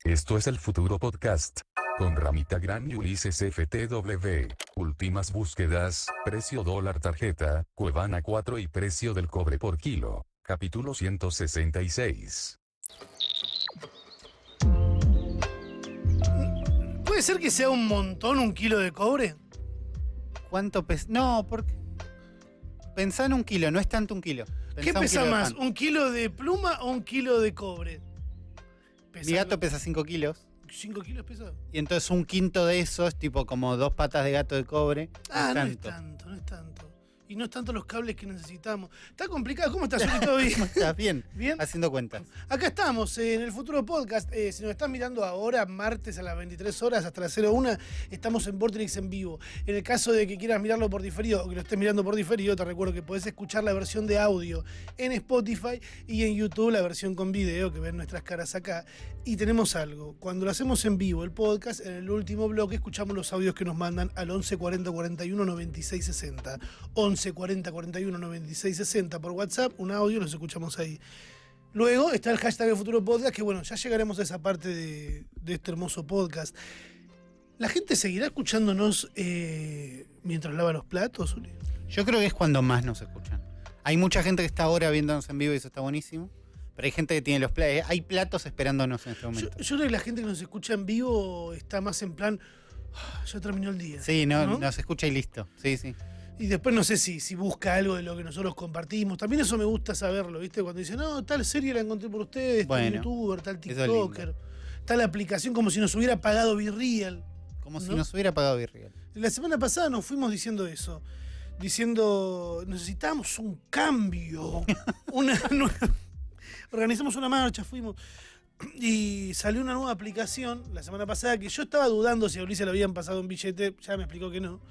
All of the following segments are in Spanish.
Esto es el Futuro Podcast. Con Ramita Gran y Ulises FTW. Últimas búsquedas, precio dólar tarjeta, Cuevana 4 y precio del cobre por kilo. Capítulo 166. ¿Puede ser que sea un montón un kilo de cobre? ¿Cuánto pesa? No, porque pensá en un kilo, no es tanto un kilo. ¿Qué pesa más, un kilo de pluma o un kilo de cobre? Mi gato pesa 5 kilos. ¿5 kilos pesa? Y entonces un quinto de eso es tipo como 2 patas de gato de cobre. No es tanto. Y no es tanto los cables que necesitamos. Está complicado. ¿Cómo estás, Uli? ¿Todo bien? ¿Cómo estás? Bien. ¿Bien? Haciendo cuentas. Acá estamos, en el Futuro Podcast. Si nos están mirando ahora, martes a las 23 horas hasta las 01, estamos en Vorterix en vivo. En el caso de que quieras mirarlo por diferido o que lo estés mirando por diferido, te recuerdo que podés escuchar la versión de audio en Spotify y en YouTube la versión con video, que ven nuestras caras acá. Y tenemos algo. Cuando lo hacemos en vivo, el podcast, en el último bloque, escuchamos los audios que nos mandan al 11 40 41 96 60. 11 40 41 96 60 por WhatsApp, un audio, los escuchamos ahí. Luego está el hashtag de Futuro Podcast, que bueno, ya llegaremos a esa parte de este hermoso podcast. ¿La gente seguirá escuchándonos mientras lava los platos, Uli? Yo creo que es cuando más nos escuchan. Hay mucha gente que está ahora viéndonos en vivo y eso está buenísimo. Pero hay gente que tiene los platos. Hay platos esperándonos en este momento. Yo creo que la gente que nos escucha en vivo está más en plan, ya terminó el día. Sí, ¿no? Nos escucha y listo. Sí, sí. Y después no sé si busca algo de lo que nosotros compartimos. También eso me gusta saberlo, ¿viste? Cuando dicen, no, tal serie la encontré por ustedes, tal youtuber, tal tiktoker, tal aplicación, como si nos hubiera pagado BeReal. Como si nos hubiera pagado BeReal. La semana pasada nos fuimos diciendo eso. Diciendo, necesitamos un cambio. Organizamos una marcha, fuimos. Y salió una nueva aplicación la semana pasada que yo estaba dudando si a Ulises le habían pasado un billete. Ya me explicó que no.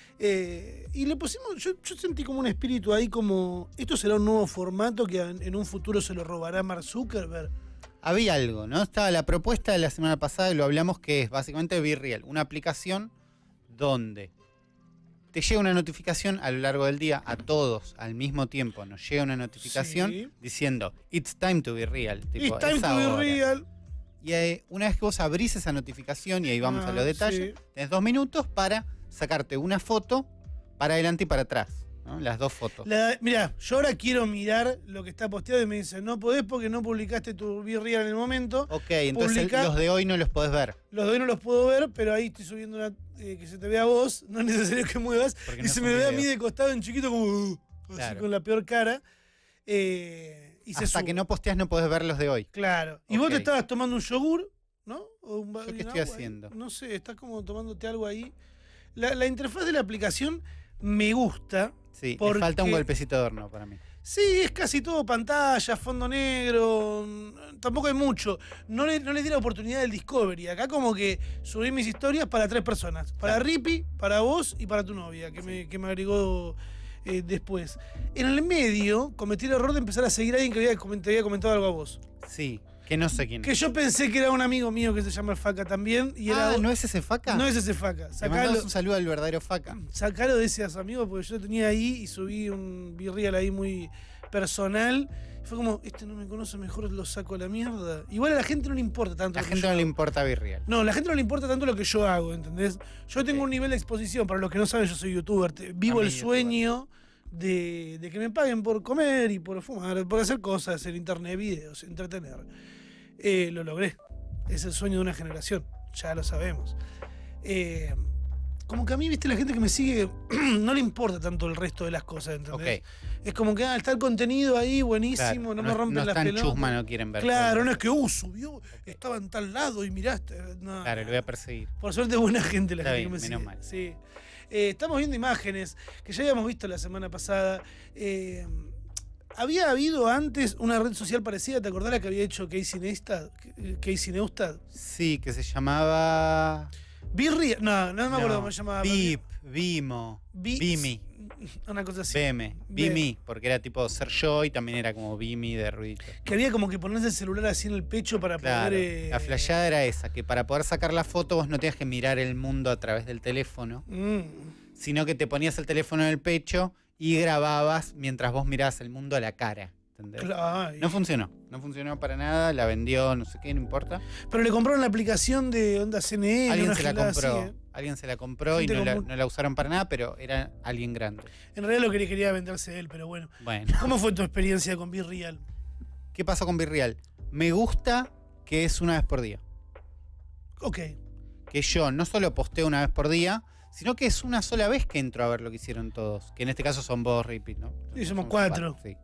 Y le pusimos, yo sentí como un espíritu ahí como, esto será un nuevo formato que en un futuro se lo robará Mark Zuckerberg. Había algo, ¿no? Estaba la propuesta de la semana pasada y lo hablamos, que es básicamente BeReal, una aplicación donde te llega una notificación a lo largo del día, a todos al mismo tiempo nos llega una notificación diciendo It's time to be real. Tipo, It's time to be real. Y una vez que vos abrís esa notificación, y ahí vamos a los detalles, tenés 2 minutos para sacarte una foto para adelante y para atrás, ¿no? Las 2 fotos. Mirá, yo ahora quiero mirar lo que está posteado y me dicen, no podés porque no publicaste tu BeReal en el momento. Ok, entonces los de hoy no los podés ver. Los de hoy no los puedo ver, pero ahí estoy subiendo una que se te vea a vos, no es necesario que muevas, porque y no se me ve a mí de costado en chiquito como así con la peor cara. Hasta que no posteas no podés ver los de hoy. Claro. Y vos te estabas tomando un yogur, ¿no? O ¿Yo qué estoy haciendo? No sé, estás como tomándote algo ahí. La interfaz de la aplicación me gusta. Sí, le falta un golpecito de horno para mí. Sí, es casi todo pantalla, fondo negro, tampoco hay mucho. No le di la oportunidad del Discovery. Acá como que subí mis historias para 3 personas. Para Rippy, para vos y para tu novia, que me agregó después. En el medio cometí el error de empezar a seguir a alguien que te había comentado algo a vos. Sí, que no sé quién es. Que yo pensé que era un amigo mío que se llama el Faca también. Y ¿no es ese Faca? No es ese Faca. Le mandamos un saludo al verdadero Faca. Sacalo de ese amigo porque yo lo tenía ahí y subí un BeReal ahí muy personal. Fue como, no me conoce, mejor lo saco a la mierda. Igual a la gente no le importa tanto. A la gente no le importa BeReal. No, a la gente no le importa tanto lo que yo hago, ¿entendés? Yo tengo un nivel de exposición. Para los que no saben, yo soy youtuber. Vivo el sueño de que me paguen por comer y por fumar, por hacer cosas en internet, videos, entretener. Lo logré. Es el sueño de una generación. Ya lo sabemos. Como que a mí, viste, la gente que me sigue no le importa tanto el resto de las cosas, ¿entendés? Okay. Es como que está el contenido ahí, buenísimo, no me rompen las pelotas. Chusma, no quieren ver. Claro, no es que, subió, estaba en tal lado y miraste. No. Claro, lo voy a perseguir. Por suerte, buena gente la gente que me sigue. Menos mal. Sí. Estamos viendo imágenes que ya habíamos visto la semana pasada. Había habido antes una red social parecida, ¿te acordás la que había hecho Casey Neistat? Sí, que se llamaba... BeReal, no me acuerdo cómo se llamaba. Vimo, Vimi. Una cosa así. Vimi, porque era tipo ser yo y también era como Vimi de ruidito. Que había como que ponerse el celular así en el pecho para poder... La flasheada era esa, que para poder sacar la foto vos no tenías que mirar el mundo a través del teléfono, sino que te ponías el teléfono en el pecho y grababas mientras vos mirabas el mundo a la cara. ¿entendés? Claro. No funcionó para nada, la vendió, no sé qué, no importa. Pero le compraron la aplicación de Onda CNN. Alguien una se la gilada compró, así, ¿eh? alguien se la compró y Gente no la usaron para nada, pero era alguien grande. En realidad lo que quería venderse él, pero bueno. Bueno, ¿Cómo fue tu experiencia con Be Real? ¿qué pasó con Virreal? Me gusta que es una vez por día. Ok. Que yo no solo posteo una vez por día, sino que es una sola vez que entro a ver lo que hicieron todos. Que en este caso son vos, Repeat, ¿no? Sí, somos 4. Sí.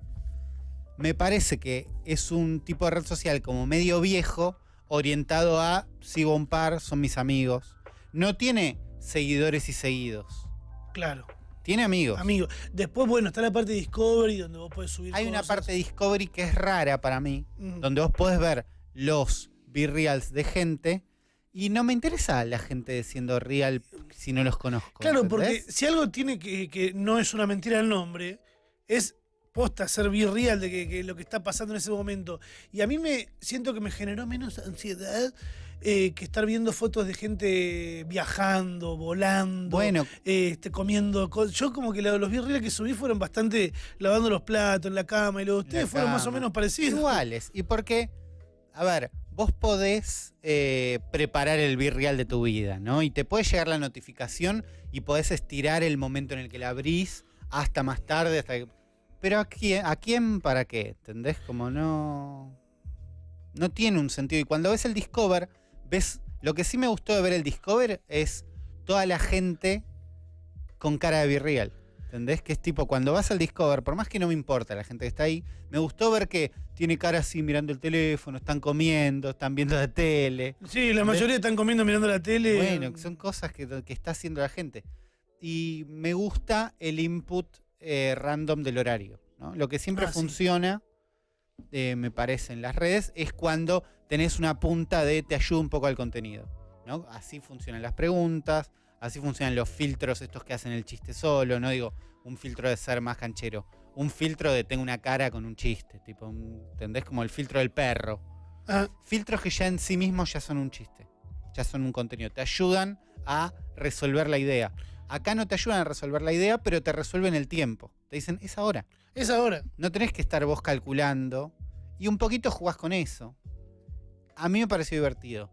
Me parece que es un tipo de red social como medio viejo, orientado a sigo un par, son mis amigos. No tiene seguidores y seguidos. Claro. Tiene amigos. Amigo. Después, bueno, está la parte de Discovery donde vos podés subir Hay una cosas. parte de Discovery que es rara para mí, Mm. donde vos podés ver los Be-Reals de gente. Y no me interesa la gente siendo real si no los conozco. Claro, ¿entendés? porque si algo tiene que no es una mentira el nombre, es posta ser Be Real de que lo que está pasando en ese momento. Y a mí siento que me generó menos ansiedad que estar viendo fotos de gente viajando, volando, Bueno, comiendo cosas. Yo como que los Be Real que subí fueron bastante lavando los platos en la cama y los de ustedes la fueron más o cama. menos parecidos. Iguales. Y porque, a ver, vos podés preparar el Be-Real de tu vida, ¿no? Y te puede llegar la notificación y podés estirar el momento en el que la abrís hasta más tarde, hasta que... Pero ¿a quién para qué? ¿Entendés? Como no tiene un sentido. Y cuando ves el Discover, ves... Lo que sí me gustó de ver el Discover es toda la gente con cara de Be-Real. ¿Entendés? Que es tipo, cuando vas al Discover, por más que no me importa la gente que está ahí, me gustó ver que tiene cara así mirando el teléfono, están comiendo, están viendo la tele. Sí, la mayoría están comiendo mirando la tele. Bueno, son cosas que está haciendo la gente. Y me gusta el input random del horario, ¿no? Lo que siempre Sí. funciona, me parece, en las redes, es cuando tenés una punta de te ayuda un poco al contenido, ¿no? Así funcionan las preguntas, así funcionan los filtros estos que hacen el chiste solo, no digo un filtro de ser más canchero, un filtro de tengo una cara con un chiste, tipo, ¿entendés? Como el filtro del perro. Ah, Filtros que ya en sí mismos ya son un chiste, ya son un contenido, te ayudan a resolver la idea. Acá no te ayudan a resolver la idea, pero te resuelven el tiempo. Te dicen, es ahora. es ahora. No tenés que estar vos calculando. Y un poquito jugás con eso. A mí me pareció divertido.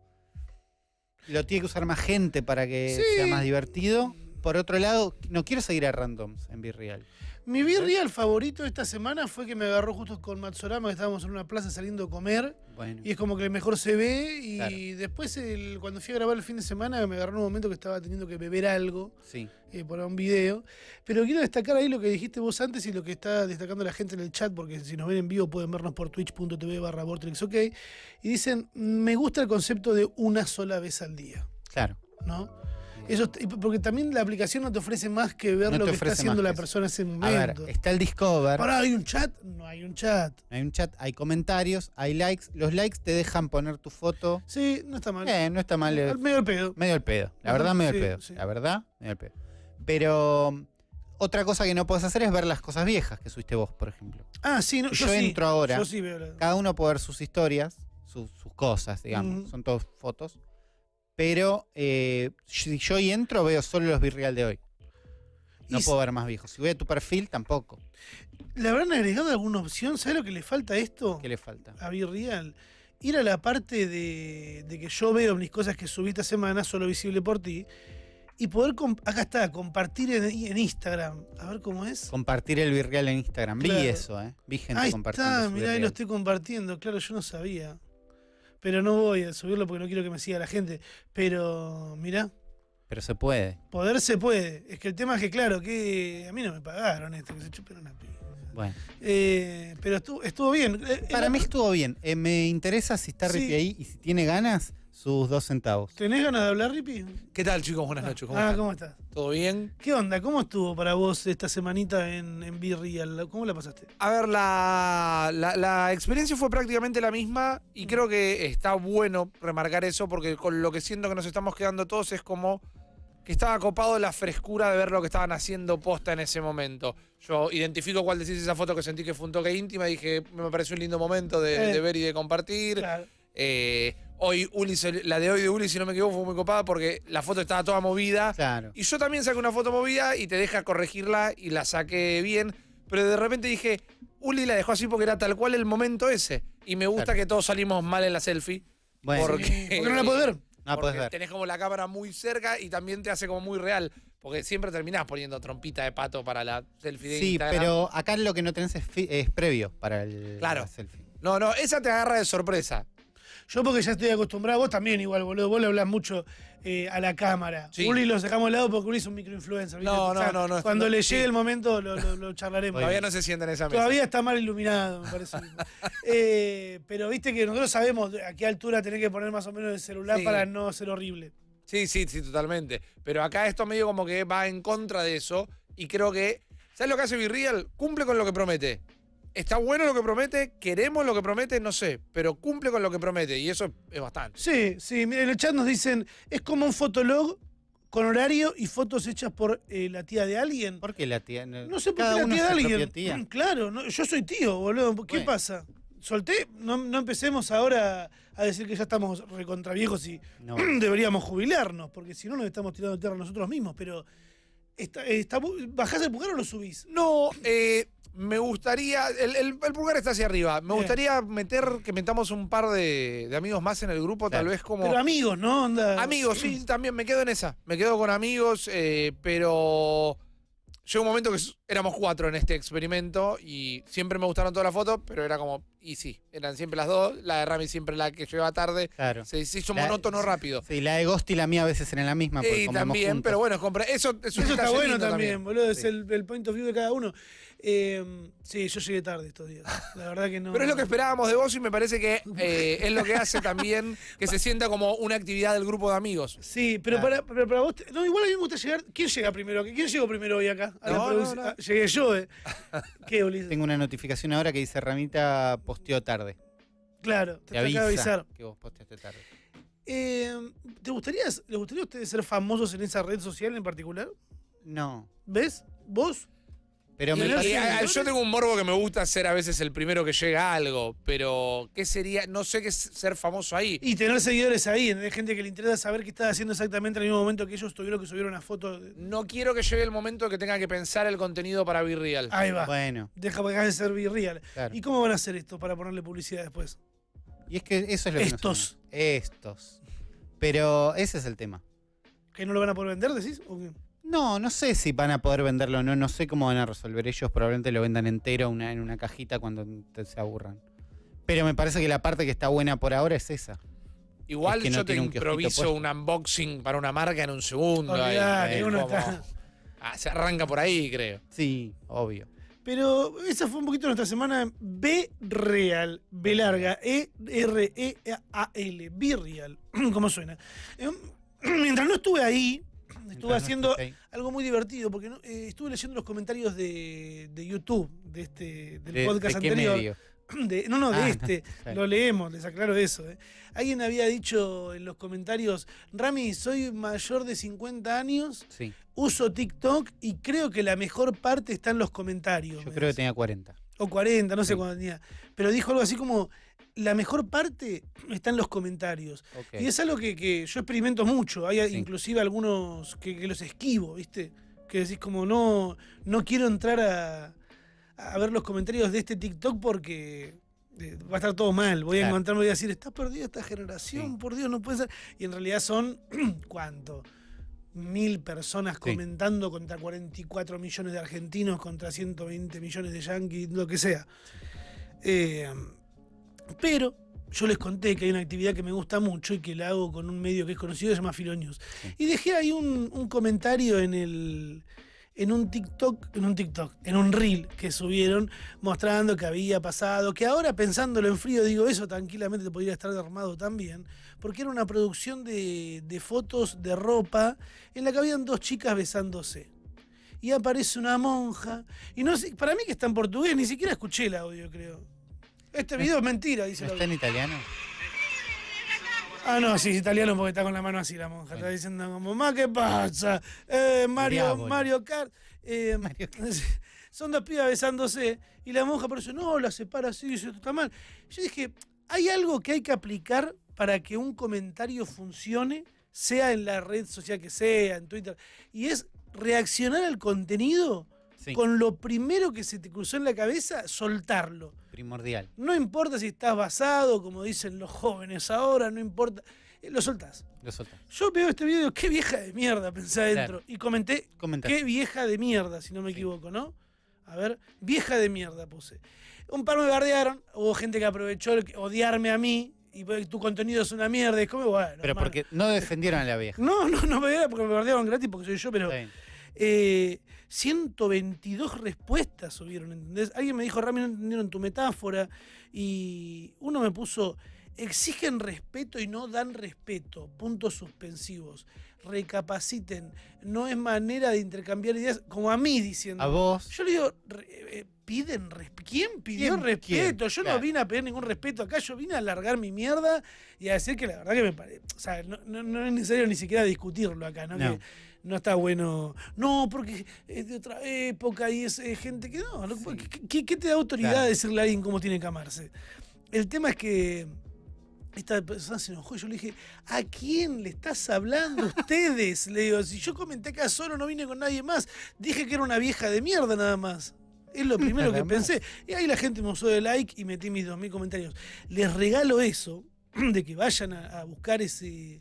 Lo tiene que usar más gente para que Sí. sea más divertido. Por otro lado, no quiero seguir a randoms en Be-Real. Mi Be Real favorito esta semana fue que me agarró justo con Matsurama, que estábamos en una plaza saliendo a comer. Bueno, Y es como que el mejor se ve. Y Claro. después, cuando fui a grabar el fin de semana, me agarró en un momento que estaba teniendo que beber algo sí. por un video. Pero quiero destacar ahí lo que dijiste vos antes y lo que está destacando la gente en el chat, porque si nos ven en vivo pueden vernos por twitch.tv/vortrixok. Y dicen, me gusta el concepto de una sola vez al día, Claro. ¿no? Eso, porque también la aplicación no te ofrece más que ver No lo te que está ofrece haciendo más la que eso. persona en ese A ver, momento. está el Discover. Pará, ¿hay un chat? No hay un chat. Hay un chat, hay comentarios, hay likes. Los likes te dejan poner tu foto. Sí, no está mal. No está mal. Medio el pedo. Medio el pedo. La Ajá, verdad, medio sí, el pedo. sí. La verdad, medio el pedo. Pero otra cosa que no puedes hacer es ver las cosas viejas que subiste vos, por ejemplo. Ah, sí, no, Yo sí. entro ahora. Yo sí veo Cada uno puede ver sus historias, sus cosas, digamos. Ujú. Son todas fotos. Pero si yo ahí entro, veo solo los Be-Real de hoy. No Y puedo ver más viejos. Si voy a tu perfil, tampoco. ¿Le habrán agregado alguna opción? ¿Sabes lo que le falta a esto? ¿Qué le falta? A Be Real. Ir a la parte de que yo veo mis cosas que subí esta semana, solo visible por ti, y poder, acá está, compartir en Instagram. A ver cómo es. Compartir el Be-Real en Instagram. Claro. Vi eso, ¿eh? Vi gente Ahí compartiendo está, su mirá, ahí Be-Real. lo estoy compartiendo. Claro, yo no sabía. Pero no voy a subirlo porque no quiero que me siga la gente. Pero, mirá, Pero se puede. poder se puede. Es que el tema es que, claro, que a mí no me pagaron esto, que se chupen una piba. Bueno. Pero estuvo bien. Para mí estuvo bien. Me interesa si está Sí. Rippy ahí y si tiene ganas, sus 2 centavos. ¿Tenés ganas de hablar, Rippy? ¿Qué tal, chicos? Buenas noches. ¿Cómo están? ¿Cómo estás? ¿Todo bien? ¿Qué onda? ¿Cómo estuvo para vos esta semanita en Be Real? ¿Cómo la pasaste? A ver, la experiencia fue prácticamente la misma y creo que está bueno remarcar eso porque con lo que siento que nos estamos quedando todos es como que estaba copado la frescura de ver lo que estaban haciendo posta en ese momento. Yo identifico cuál decís esa foto que sentí que fue un toque íntima, dije, me pareció un lindo momento de ver y de compartir. Claro. Hoy la de hoy de Uli, si no me equivoco, fue muy copada porque la foto estaba toda movida. Claro. Y yo también saqué una foto movida y te deja corregirla y la saqué bien. Pero de repente dije, Uli la dejó así porque era tal cual el momento ese. Y me gusta Claro. que todos salimos mal en la selfie. Bueno, Porque, Porque no la podés ver. no podés porque ver. tenés como la cámara muy cerca y también te hace como muy real. Porque siempre terminás poniendo trompita de pato para la selfie de Sí, Instagram. pero acá lo que no tenés es previo para Claro. la selfie. No, esa te agarra de sorpresa. Yo porque ya estoy acostumbrado, vos también igual, boludo. Vos le hablás mucho a la cámara. Sí. Uli los dejamos de lado porque Uli es un microinfluencer. ¿viste? No, O sea, no, Cuando le sí. llegue el momento lo charlaremos. Todavía no se sienta en esa mesa. Todavía está mal iluminado, me parece. Pero viste que nosotros sabemos a qué altura tenés que poner más o menos el celular Sí. para no ser horrible. Sí, totalmente. Pero acá esto medio como que va en contra de eso. Y creo que, ¿sabes lo que hace Virreal? Cumple con lo que promete. Está bueno lo que promete, queremos lo que promete, no sé, pero cumple con lo que promete y eso es bastante. Sí, mira, en el chat nos dicen, es como un fotolog con horario y fotos hechas por la tía de alguien. ¿Por qué la tía? No sé por Cada qué la uno tía de es su alguien. propia tía. Claro, yo soy tío, boludo. ¿Qué Bueno. pasa? Solté, no empecemos ahora a decir que ya estamos recontra viejos y No. deberíamos jubilarnos, porque si no nos estamos tirando tierra nosotros mismos, pero ¿bajás el pulgar o lo subís? No, me gustaría, el pulgar está hacia arriba, me Bien. gustaría que metamos un par de amigos más en el grupo, Claro. tal vez como... Pero amigos, ¿no? Onda. Amigos, sí, también me quedo en esa. Me quedo con amigos, pero llegó un momento que éramos 4 en este experimento y siempre me gustaron todas las fotos, pero era como, y sí, eran siempre las dos. La de Rami siempre la que llegaba tarde. Claro. Se hizo La- monótono rápido. Sí, la de Ghost y la mía a veces eran la misma. Porque Y comemos también, juntos. pero bueno, eso es un Eso está detalle bueno lindo también, boludo. Es Sí. el point of view de cada uno. Sí, yo llegué tarde estos días. La verdad que no. Pero es lo que esperábamos de vos y me parece que es lo que hace también que se sienta como una actividad del grupo de amigos. Sí, pero, Claro. para vos. No, igual a mí me gusta llegar. ¿Quién llega primero? ¿Quién llegó primero hoy acá? A la No, producción? no. Llegué yo, ¿eh? ¿Qué, Ulises? Tengo una notificación ahora que dice Ramita posteó tarde. Claro, te Te acaba de avisar. que vos posteaste tarde. ¿Les gustaría a ustedes ser famosos en esa red social en particular? No. ¿Ves? ¿Vos? Pero me Y parece. Yo tengo un morbo que me gusta ser a veces el primero que llega a algo, pero ¿qué sería? No sé qué es ser famoso ahí. Y tener seguidores ahí, hay gente que le interesa saber qué estás haciendo exactamente en el mismo momento que ellos tuvieron que subir una foto. No quiero que llegue el momento que tenga que pensar el contenido para Virreal. Ahí va. Bueno, Deja de ser virreal. claro. ¿Y cómo van a hacer esto para ponerle publicidad después? Y es que eso es lo que no Estos. sabemos. Estos. Pero ese es el tema. ¿Que no lo van a poder vender, decís? ¿O qué? No sé si van a poder venderlo o no. No sé cómo van a resolver ellos. Probablemente lo vendan entero en una cajita cuando se aburran. Pero me parece que la parte que está buena por ahora es esa. Igual es que no yo te tiene un kiosquito improviso puesto. un unboxing para una marca en un segundo. ahí, Olvidate, uno como- está- Se arranca por ahí, creo. Sí, obvio. Pero esa fue un poquito nuestra semana B Real, B larga, E-R-E-A-L, B Real, ¿cómo suena? Mientras no estuve ahí, estuve Mientras no haciendo estés ahí. algo muy divertido, porque estuve leyendo los comentarios de YouTube, del podcast ¿De qué anterior. medio? No, de Ah, este. claro. Lo leemos, les aclaro eso. Alguien había dicho en los comentarios, Rami, soy mayor de 50 años, Sí, uso TikTok y creo que la mejor parte está en los comentarios. yo me creo que dice. tenía 40. O 40, no sé Sí. cuándo tenía. Pero dijo algo así como, la mejor parte está en los comentarios. Ok. Y es algo que yo experimento mucho. Hay Sí. inclusive algunos que los esquivo, ¿viste? Que decís como, no quiero entrar a ver los comentarios de este TikTok porque va a estar todo mal. Voy a Claro. encontrarme y voy a decir, está perdida esta generación, Sí. por Dios, no puede ser. Y en realidad son, ¿cuánto? 1000 personas Sí. comentando contra 44 millones de argentinos, contra 120 millones de yanquis, lo que sea. Pero yo les conté que hay una actividad que me gusta mucho y que la hago con un medio que es conocido, se llama Filonews. Sí. Y dejé ahí un comentario en un reel que subieron mostrando que había pasado, que ahora pensándolo en frío digo, eso tranquilamente podría estar armado también, porque era una producción de fotos de ropa en la que habían 2 chicas besándose. Y aparece una monja, y no sé, para mí que está en portugués, ni siquiera escuché el audio, creo. Este video es mentira, dice ¿No el está audio. en italiano? Ah, no, sí, es italiano porque está con la mano así la monja. Bueno. Está diciendo como, ma, ¿qué pasa? Diablo. Mario Kart. Mario Kart. Son 2 pibas besándose y la monja por eso, no, la separa así, dice, esto está mal. Yo dije, hay algo que hay que aplicar para que un comentario funcione, sea en la red social que sea, en Twitter, y es reaccionar al contenido Sí. con lo primero que se te cruzó en la cabeza, soltarlo. Primordial. No importa si estás basado, como dicen los jóvenes ahora, no importa. Lo soltás. Lo soltás. Yo veo este video y digo, qué vieja de mierda, pensé adentro. Claro. Y comenté, Comentaste. qué vieja de mierda, si no me Sí. equivoco, ¿no? A ver, vieja de mierda puse. Un par me bardearon, hubo gente que aprovechó odiarme a mí, y tu contenido es una mierda, y es como, bueno. Pero hermano. porque no defendieron a la vieja. No me bardearon porque me bardearon gratis porque soy yo, pero... Está bien. 122 respuestas subieron, ¿entendés? Alguien me dijo, Rami, no entendieron tu metáfora. Y uno me puso, exigen respeto y no dan respeto. Puntos suspensivos. Recapaciten. No es manera de intercambiar ideas, como a mí diciendo. A vos. Yo le digo, ¿quién pidió ¿Quién? respeto? ¿Quién? Yo Claro. no vine a pedir ningún respeto acá, yo vine a alargar mi mierda y a decir que la verdad que me parece. O sea, no es necesario ni siquiera discutirlo acá, ¿no? No. Que no está bueno. No, porque es de otra época y es gente que no. Sí. ¿Qué te da autoridad Claro. de decirle a alguien cómo tiene que amarse? El tema es que esta persona se enojó y yo le dije, ¿a quién le estás hablando ustedes? Le digo, si yo comenté acá solo, no vine con nadie más. Dije que era una vieja de mierda nada más. Es lo primero que Nada más. pensé. Y ahí la gente me usó de like y metí mis 2000 comentarios. Les regalo eso, de que vayan a buscar ese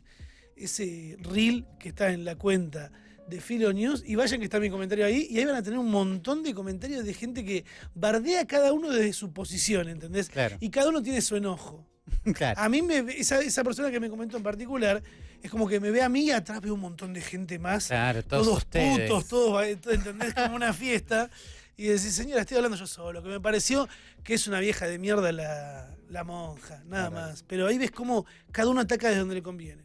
reel que está en la cuenta de Filo News y vayan que está mi comentario ahí y ahí van a tener un montón de comentarios de gente que bardea a cada uno desde su posición, ¿entendés? Claro. Y cada uno tiene su enojo. Claro. A mí esa persona que me comentó en particular es como que me ve a mí y atrás veo un montón de gente más. Claro, todos ustedes. putos, todos, ¿entendés? Como una fiesta. Y decís, señora, estoy hablando yo solo, que me pareció que es una vieja de mierda la monja, nada Claro. más. Pero ahí ves cómo cada uno ataca desde donde le conviene.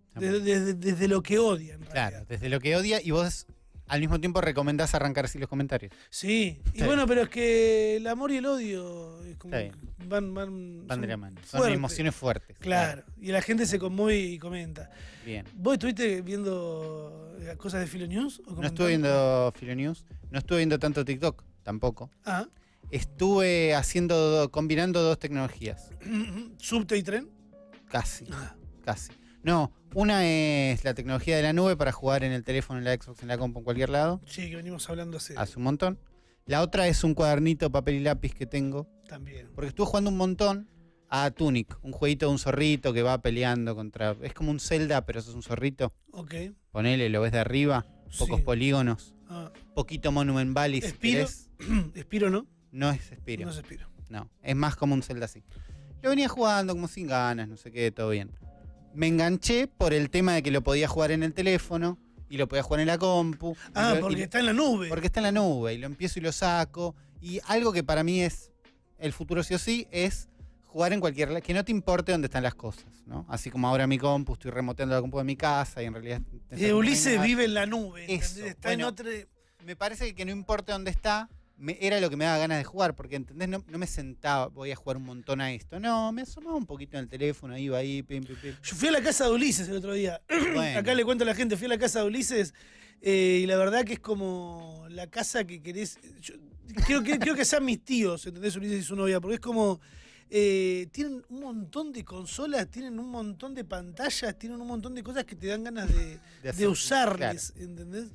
Desde lo que odia, en Claro, realidad. desde lo que odia y vos al mismo tiempo recomendás arrancar así los comentarios. Sí, y Está bueno, pero es que el amor y el odio es como Está van Van son de la mano. Son fuertes. emociones fuertes. Claro, y la gente se conmueve y comenta. Bien. ¿Vos estuviste viendo cosas de Filo News? No estuve viendo Filonews, no estuve viendo tanto TikTok, tampoco. Ah, Estuve combinando dos tecnologías, subte y tren. casi, Ah, casi. No, una es la tecnología de la nube para jugar en el teléfono, en la Xbox, en la compu, en cualquier lado, sí, que venimos hablando hace hace un montón. La otra es un cuadernito, papel y lápiz que tengo, también. porque estuve jugando un montón a Tunic, un jueguito de un zorrito que va peleando contra... Es como un Zelda, pero eso es un zorrito. Ok. Ponele, lo ves de arriba, pocos Sí. polígonos, Ah, poquito Monument Valley, si Espiro. querés. Espiro, ¿no? No es Spiro. No es Espiro. No, es más como un Zelda así. Lo venía jugando como sin ganas, no sé qué, todo bien. Me enganché por el tema de que lo podía jugar en el teléfono y lo podía jugar en la compu. Ah, porque está en la nube. Porque está en la nube y lo empiezo y lo saco. Y algo que para mí es el futuro sí o sí es jugar en cualquier que no te importe dónde están las cosas, ¿no? Así como ahora mi compu, estoy remoteando la compu de mi casa y en realidad... Ulises vive en la nube. ¿entendés? Eso, Está en bueno. otro... Me parece que no importa dónde está, era lo que me daba ganas de jugar, porque ¿entendés? No me sentaba, voy a jugar un montón a esto. No, me asomaba un poquito en el teléfono, iba ahí, pim, pim, pim. Yo fui a la casa de Ulises el otro día. Bueno. Acá le cuento a la gente, fui a la casa de Ulises y la verdad que es como la casa que querés... Quiero que sean mis tíos, ¿entendés? Ulises y su novia, porque es como... tienen un montón de consolas, tienen un montón de pantallas, tienen un montón de cosas que te dan ganas de hacer- usarles, ¿entendés?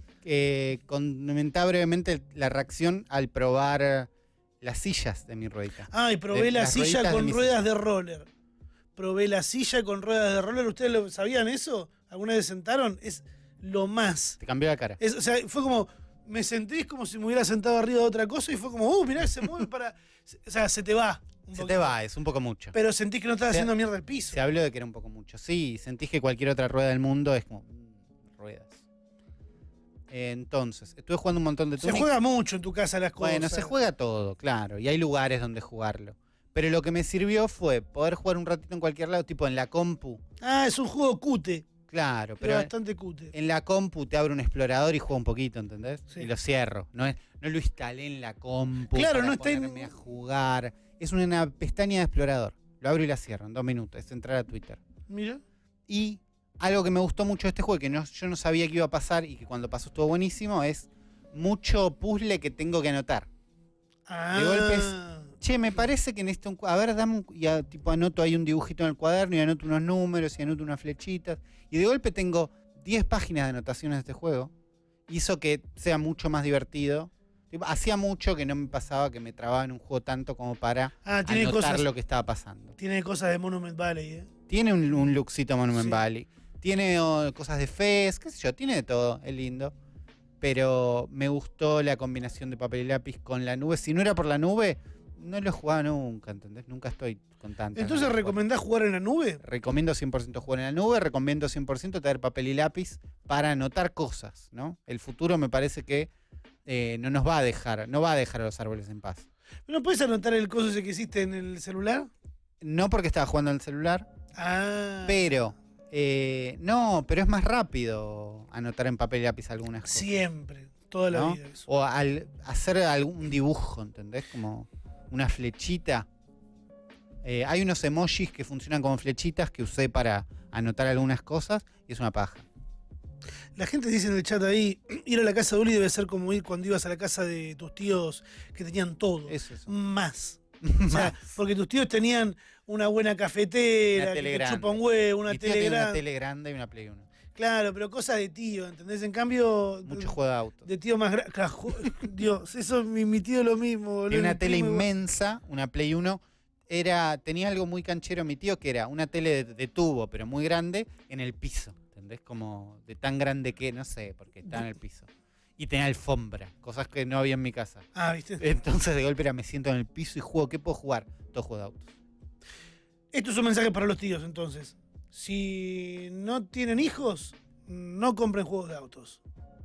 Comentaba brevemente la reacción al probar las sillas de mi ruedita. Ah, y probé De la las silla rueditas de con mi ruedas silla. de roller. Probé la silla con ruedas de roller. ¿Ustedes sabían eso? ¿Alguna vez sentaron? Es lo más. Te cambió la cara. O sea, fue como, me senté, es como si me hubiera sentado arriba de otra cosa y fue como, mirá, se mueve para... O sea, se te va. Un Se te poquito. va, es un poco mucho. Pero sentís que no estás Se- haciendo mierda el piso. Se habló de que era un poco mucho. Sí, sentís que cualquier otra rueda del mundo es como... ruedas. Entonces, estuve jugando un montón de Se Tunic. juega mucho en tu casa las cosas. Bueno, se juega todo, claro, y hay lugares donde jugarlo. Pero lo que me sirvió fue poder jugar un ratito en cualquier lado, tipo en la compu. Ah, es un juego cute. Claro, Pero pero bastante cute. en la compu te abro un explorador y juego un poquito, ¿entendés? Sí. Y lo cierro. No lo instalé en la compu Claro, para no está en- ponerme a jugar. Es una pestaña de explorador. Lo abro y la cierro en 2 minutos. Es entrar a Twitter. Mira. Y algo que me gustó mucho de este juego, que yo no sabía que iba a pasar y que cuando pasó estuvo buenísimo, es mucho puzzle que tengo que anotar. Ah. golpes. Che, me parece que necesito a ver, dame tipo anoto ahí un dibujito en el cuaderno y anoto unos números y anoto unas flechitas. Y de golpe tengo 10 páginas de anotaciones de este juego. Hizo que sea mucho más divertido Tipo, hacía mucho que no me pasaba que me trababa en un juego tanto como para tiene anotar cosas, lo que estaba pasando. tiene cosas de Monument Valley, Tiene un lookcito Monument Sí. Valley. Tiene cosas de Fez, qué sé yo, tiene de todo, es lindo. Pero me gustó la combinación de papel y lápiz con la nube. Si no era por la nube, no lo jugaba nunca, ¿entendés? Nunca estoy con tanta. Entonces, ¿recomendás jugar en la nube? Recomiendo 100% jugar en la nube, recomiendo 100% tener papel y lápiz para anotar cosas, ¿no? El futuro me parece que no nos va a dejar, no va a dejar a los árboles en paz. ¿No puedes anotar el coso ese que hiciste en el celular? No porque estaba jugando en el celular, pero pero es más rápido anotar en papel y lápiz algunas cosas. Siempre, toda la ¿no? vida eso. O al hacer algún dibujo, ¿entendés? Como una flechita. Hay unos emojis que funcionan como flechitas que usé para anotar algunas cosas y es una paja. La gente dice en el chat ahí, ir a la casa de Uli debe ser como ir cuando ibas a la casa de tus tíos que tenían todo. Eso. Más. O sea, porque tus tíos tenían una buena cafetera, Una que tele te grande. chupa un huevo, una Mi tío tele tiene una grande. tele grande y una Play 1. Claro, pero cosas de tío, ¿entendés? En cambio, Mucho juego de auto. de tío más grande. Dios, eso mi tío lo mismo, boludo. Tiene una Mi tele primo igual. inmensa, una Play 1. Tenía algo muy canchero mi tío, que era una tele de tubo, pero muy grande, en el piso. ¿Entendés? Como de tan grande que, no sé, porque está en el piso. Y tenía alfombra, cosas que no había en mi casa. ¿Viste? Entonces de golpe me siento en el piso y juego. ¿Qué puedo jugar? Todo juego de autos. Esto es un mensaje para los tíos, entonces. Si no tienen hijos, no compren juegos de autos.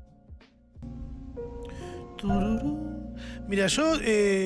Tururú. Mira, yo,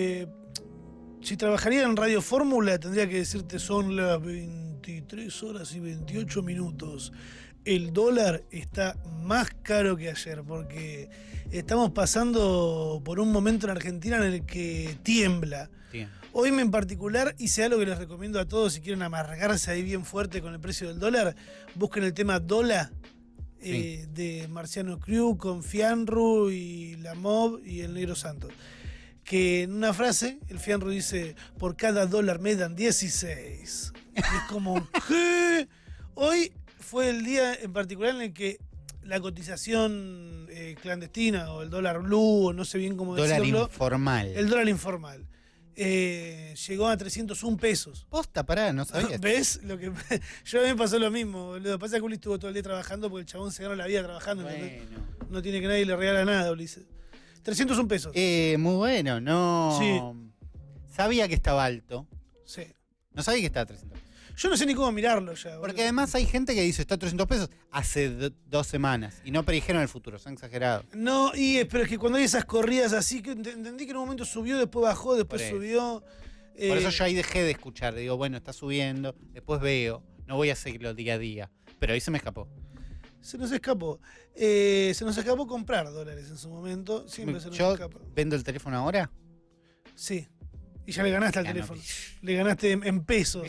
si trabajaría en Radio Fórmula, tendría que decirte son las 23 horas y 28 minutos. El dólar está más caro que ayer, porque estamos pasando por un momento en Argentina en el que tiembla. Bien. Hoy en particular hice algo que les recomiendo a todos si quieren amargarse ahí bien fuerte con el precio del dólar. Busquen el tema Dola Sí. de Marciano Crew con Fianru y la Mob y el Negro Santos. Que en una frase el Fianru dice, por cada dólar me dan 16. Y es como, ¿qué? Hoy fue el día en particular en el que la cotización clandestina o el dólar blue, o no sé bien cómo Dólar decirlo, informal. el dólar informal. Llegó a 301 pesos. Posta, pará, no sabía. ¿Ves? Yo a mí me pasó lo mismo. Lo que pasa es que Uli estuvo todo el día trabajando porque el chabón se ganó la vida trabajando. ¿entendés? Bueno. No tiene que nadie le regala nada, Ulises. 301 pesos. Muy bueno, no. Sí. Sabía que estaba alto. Sí. No sabía que estaba a 300 pesos. Yo no sé ni cómo mirarlo ya. Porque boludo. además hay gente que dice está a 300 pesos hace 2 semanas y no predijeron el futuro, se han exagerado. No, pero es que cuando hay esas corridas así, que entendí que en un momento subió, después bajó, después Por eso. subió. Por eso yo ahí dejé de escuchar. Digo, bueno, está subiendo, después veo, no voy a seguirlo día a día. Pero ahí se me escapó. Se nos escapó. Se nos escapó comprar dólares en su momento. Siempre se nos Yo escapa. vendo el teléfono ahora. Sí. Y ya le ganaste al Ganó. teléfono. Le ganaste en pesos.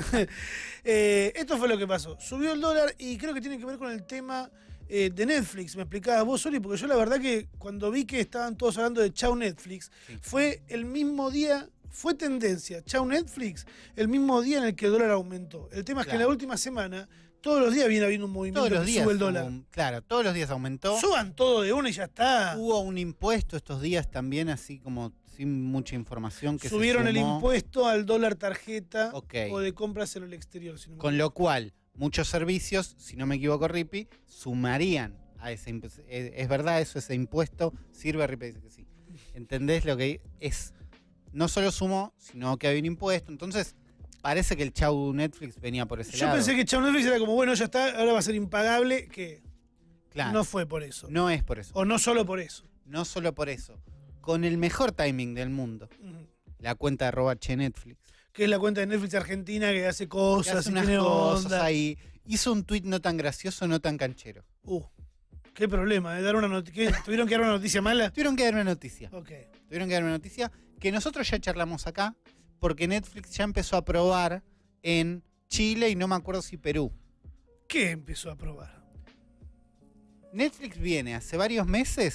Esto fue lo que pasó. Subió el dólar y creo que tiene que ver con el tema de Netflix. Me explicabas vos, Oli, porque yo la verdad que cuando vi que estaban todos hablando de Chau Netflix, Sí. fue el mismo día, fue tendencia, Chau Netflix, el mismo día en el que el dólar aumentó. El tema es que en la Claro. última semana, todos los días viene habiendo un movimiento Todos los que días sube el dólar. claro, todos los días aumentó. Suban todo de una y ya está. Hubo un impuesto estos días también, así como sin mucha información que Subieron se el sumó, impuesto al dólar tarjeta Ok. o de compras en el exterior. Si no me con lo cual muchos servicios, si no me equivoco, Rippy, sumarían a ese impuesto. ¿Es verdad eso, ese impuesto? ¿Sirve? Rippy dice que sí. ¿Entendés lo que es? No solo sumó, sino que había un impuesto. Entonces, parece que el chau Netflix venía por ese Yo lado. pensé que Chau Netflix era como, bueno, ya está, ahora va a ser impagable, que Claro, no fue por eso. no es por eso. O no solo por eso. No solo por eso. Con el mejor timing del mundo. Ujú. La cuenta de @ Netflix. Que es la cuenta de Netflix Argentina que hace Que cosas hace y unas tiene cosas onda. ahí. Hizo un tuit no tan gracioso, no tan canchero. Qué problema, dar una noticia. ¿Tuvieron que dar una noticia mala? Tuvieron que dar una noticia. Ok. Tuvieron que dar una noticia que nosotros ya charlamos acá, porque Netflix ya empezó a probar en Chile y no me acuerdo si Perú. ¿Qué empezó a probar? Netflix viene hace varios meses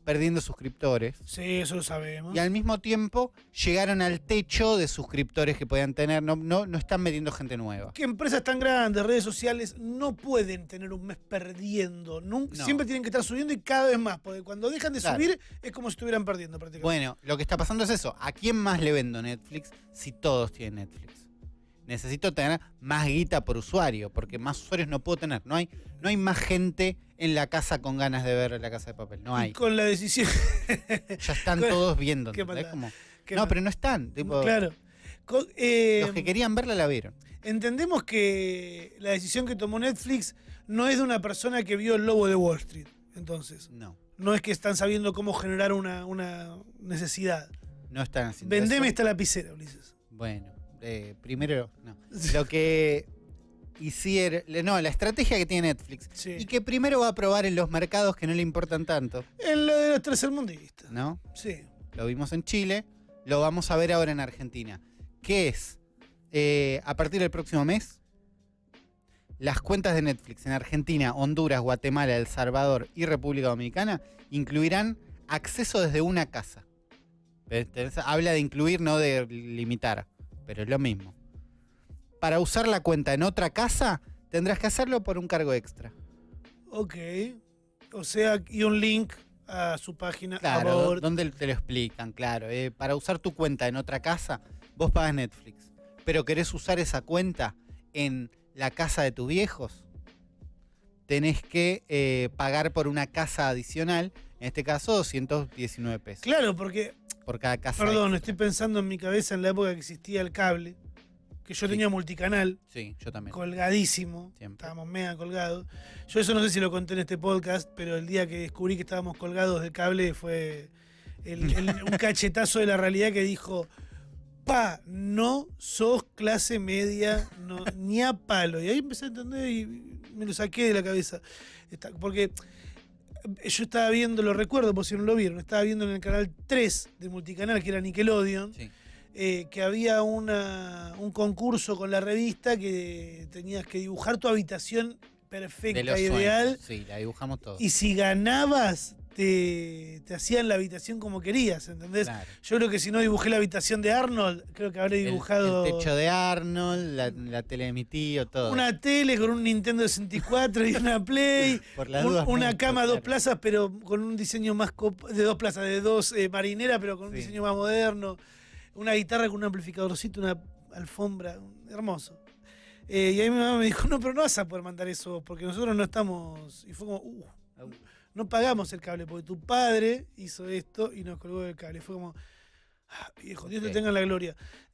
perdiendo suscriptores. Sí, eso lo sabemos. Y al mismo tiempo llegaron al techo de suscriptores que podían tener. No están metiendo gente nueva. Que empresas tan grandes, redes sociales, no pueden tener un mes perdiendo. No. Siempre tienen que estar subiendo y cada vez más. Porque cuando dejan de Claro. subir es como si estuvieran perdiendo prácticamente. Bueno, lo que está pasando es eso. ¿A quién más le vendo Netflix si todos tienen Netflix? Necesito tener más guita por usuario, porque más usuarios no puedo tener. No hay más gente en la casa con ganas de ver La Casa de Papel. No Y hay. con la decisión. Ya están todos viendo. Qué ¿entendés? maldad. Como, Qué no, mal. pero no están. Tipo, Claro. los que querían verla la vieron. Entendemos que la decisión que tomó Netflix no es de una persona que vio El Lobo de Wall Street. Entonces, no es que están sabiendo cómo generar una necesidad. No están haciendo Vendeme eso. esta lapicera, Ulises. Bueno, primero, no. Lo que hicieron. No, la estrategia que tiene Netflix. Sí. Y que primero va a probar en los mercados que no le importan tanto. En lo de los tercermundistas. ¿No? Sí. Lo vimos en Chile, lo vamos a ver ahora en Argentina. ¿Qué es? A partir del próximo mes, las cuentas de Netflix en Argentina, Honduras, Guatemala, El Salvador y República Dominicana incluirán acceso desde una casa. Habla de incluir, no de limitar, pero es lo mismo. Para usar la cuenta en otra casa, tendrás que hacerlo por un cargo extra. Ok. O sea, y un link a su página. Claro, About. donde te lo explican, claro. Para usar tu cuenta en otra casa, vos pagas Netflix. Pero querés usar esa cuenta en la casa de tus viejos, tenés que pagar por una casa adicional, en este caso 219 pesos. Claro, porque, Por cada casa. perdón, extra. estoy pensando en mi cabeza en la época que existía el cable, que yo tenía multicanal, Sí, yo también. colgadísimo, Siempre. estábamos mega colgados. Yo eso no sé si lo conté en este podcast, pero el día que descubrí que estábamos colgados del cable fue un cachetazo de la realidad que dijo, no sos clase media, no, ni a palo. Y ahí empecé a entender y me lo saqué de la cabeza. Porque yo estaba viendo, lo recuerdo por si no lo vieron, estaba viendo en el canal 3 de Multicanal, que era Nickelodeon, Sí. que había un concurso con la revista que tenías que dibujar tu habitación De perfecta, los ideal. sueños. Sí, la dibujamos todos. Y si ganabas, te hacían la habitación como querías, ¿entendés? Claro. Yo creo que si no dibujé la habitación de Arnold, creo que habré dibujado El techo de Arnold, la tele de mi tío, todo. una tele con un Nintendo 64 y una Play, Por las dudas, una mucho, cama claro. 2 plazas, pero con un diseño más de 2 plazas, de 2 marineras, pero con un Sí. diseño más moderno, una guitarra con un amplificadorcito, una alfombra, hermoso. Y ahí mi mamá me dijo, no, pero no vas a poder mandar eso, porque nosotros no estamos... Y fue como, no pagamos el cable, porque tu padre hizo esto y nos colgó el cable. Fue como, viejo, Dios te Ok. tenga en la gloria.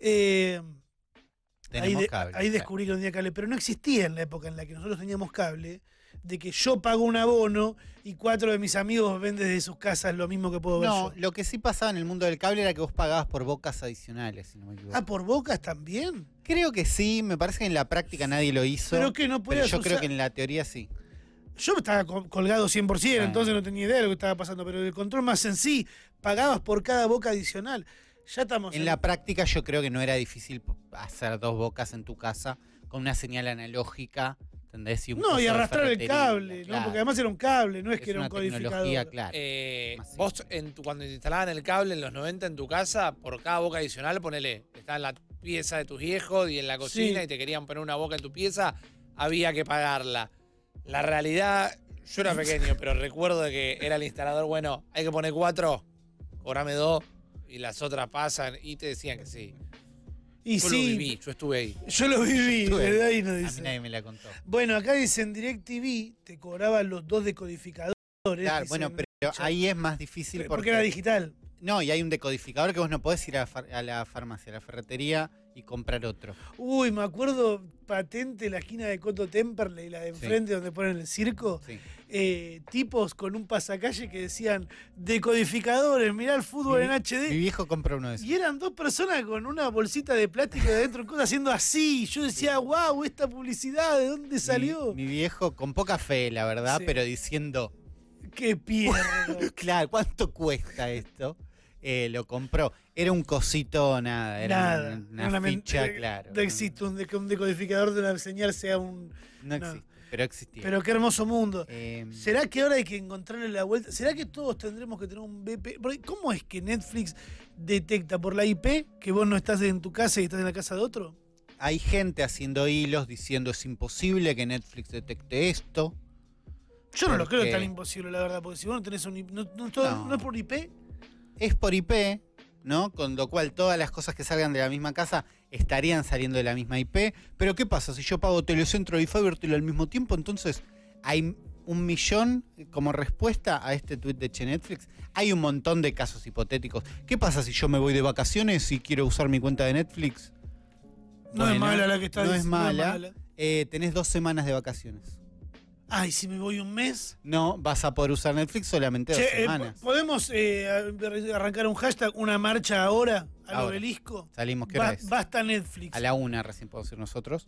Tenemos cable. Ahí descubrí que no tenía cable, pero no existía en la época en la que nosotros teníamos cable, de que yo pago un abono y 4 de mis amigos ven desde sus casas lo mismo que puedo ver No, yo. lo que sí pasaba en el mundo del cable era que vos pagabas por bocas adicionales, si no me equivoco. ¿Por bocas también? Creo que sí, me parece que en la práctica nadie lo hizo. Pero que no pero podías yo creo usar- que en la teoría sí. Yo estaba colgado 100%, Bueno. entonces no tenía idea de lo que estaba pasando, pero el control más en sí, pagabas por cada boca adicional. Ya estamos En la práctica yo creo que no era difícil hacer 2 bocas en tu casa con una señal analógica, ¿entendés? Y un No, coso y de arrastrar el ferretería, cable, ¿no? claro. Porque además era un cable, no es Es que era un una codificador. tecnología, claro. Más Vos, simple. cuando te instalaban el cable en los 90 en tu casa, por cada boca adicional, ponele, estaba en la pieza de tus viejos y en la cocina Sí. y te querían poner una boca en tu pieza, había que pagarla. La realidad, yo era pequeño, pero recuerdo de que era el instalador, bueno, hay que poner 4, cobrame 2, y las otras pasan, y te decían que sí. Y Yo lo sí, viví, yo estuve ahí. yo lo viví, Estuve- desde ahí nos A mí dice. nadie me la contó. Bueno, acá dicen DirecTV, te cobraban los 2 decodificadores. Claro, dicen, bueno, pero ahí es más difícil porque era digital. No, y hay un decodificador que vos no podés ir a la farmacia, a la ferretería y comprar otro. Uy, me acuerdo patente la esquina de Coto Temperley, la de enfrente donde ponen el circo. Sí. Tipos con un pasacalle que decían decodificadores, mirá el fútbol en Mi HD. viejo compró uno de esos. Y eran 2 personas con una bolsita de plástico de adentro, cosas haciendo así. Yo decía, wow, esta publicidad, ¿de dónde salió? Mi viejo con poca fe, la verdad, Sí. pero diciendo, ¡Qué pierdo! claro, ¿cuánto cuesta esto? lo compró. Era un cosito, nada, era Nada. una ficha, claro. No existe que un decodificador de una señal sea un... No existe, pero existía. Pero qué hermoso mundo. Eh, ¿Será que ahora hay que encontrarle la vuelta? ¿Será que todos tendremos que tener un VPN? Porque ¿cómo es que Netflix detecta por la IP que vos no estás en tu casa y estás en la casa de otro? Hay gente haciendo hilos diciendo es imposible que Netflix detecte esto. Yo no lo creo Porque- tan imposible, la verdad, porque si vos no tenés un IP, no es por IP. Es por IP, ¿no? Con lo cual todas las cosas que salgan de la misma casa estarían saliendo de la misma IP. Pero ¿qué pasa? Si yo pago Telecentro y Fivertel al mismo tiempo, entonces hay 1 millón como respuesta a este tweet de Che Netflix. Hay un montón de casos hipotéticos. ¿Qué pasa si yo me voy de vacaciones y quiero usar mi cuenta de Netflix? No es mala la que está No es diciendo, mala. Tenés 2 semanas de vacaciones. Ay, si me voy un mes. No vas a poder usar Netflix solamente 2 Che, semanas. ¿podemos arrancar un hashtag, una marcha ahora al Ahora. obelisco? Salimos, ¿qué hora es? Basta Netflix. A la 1 recién podemos ir nosotros.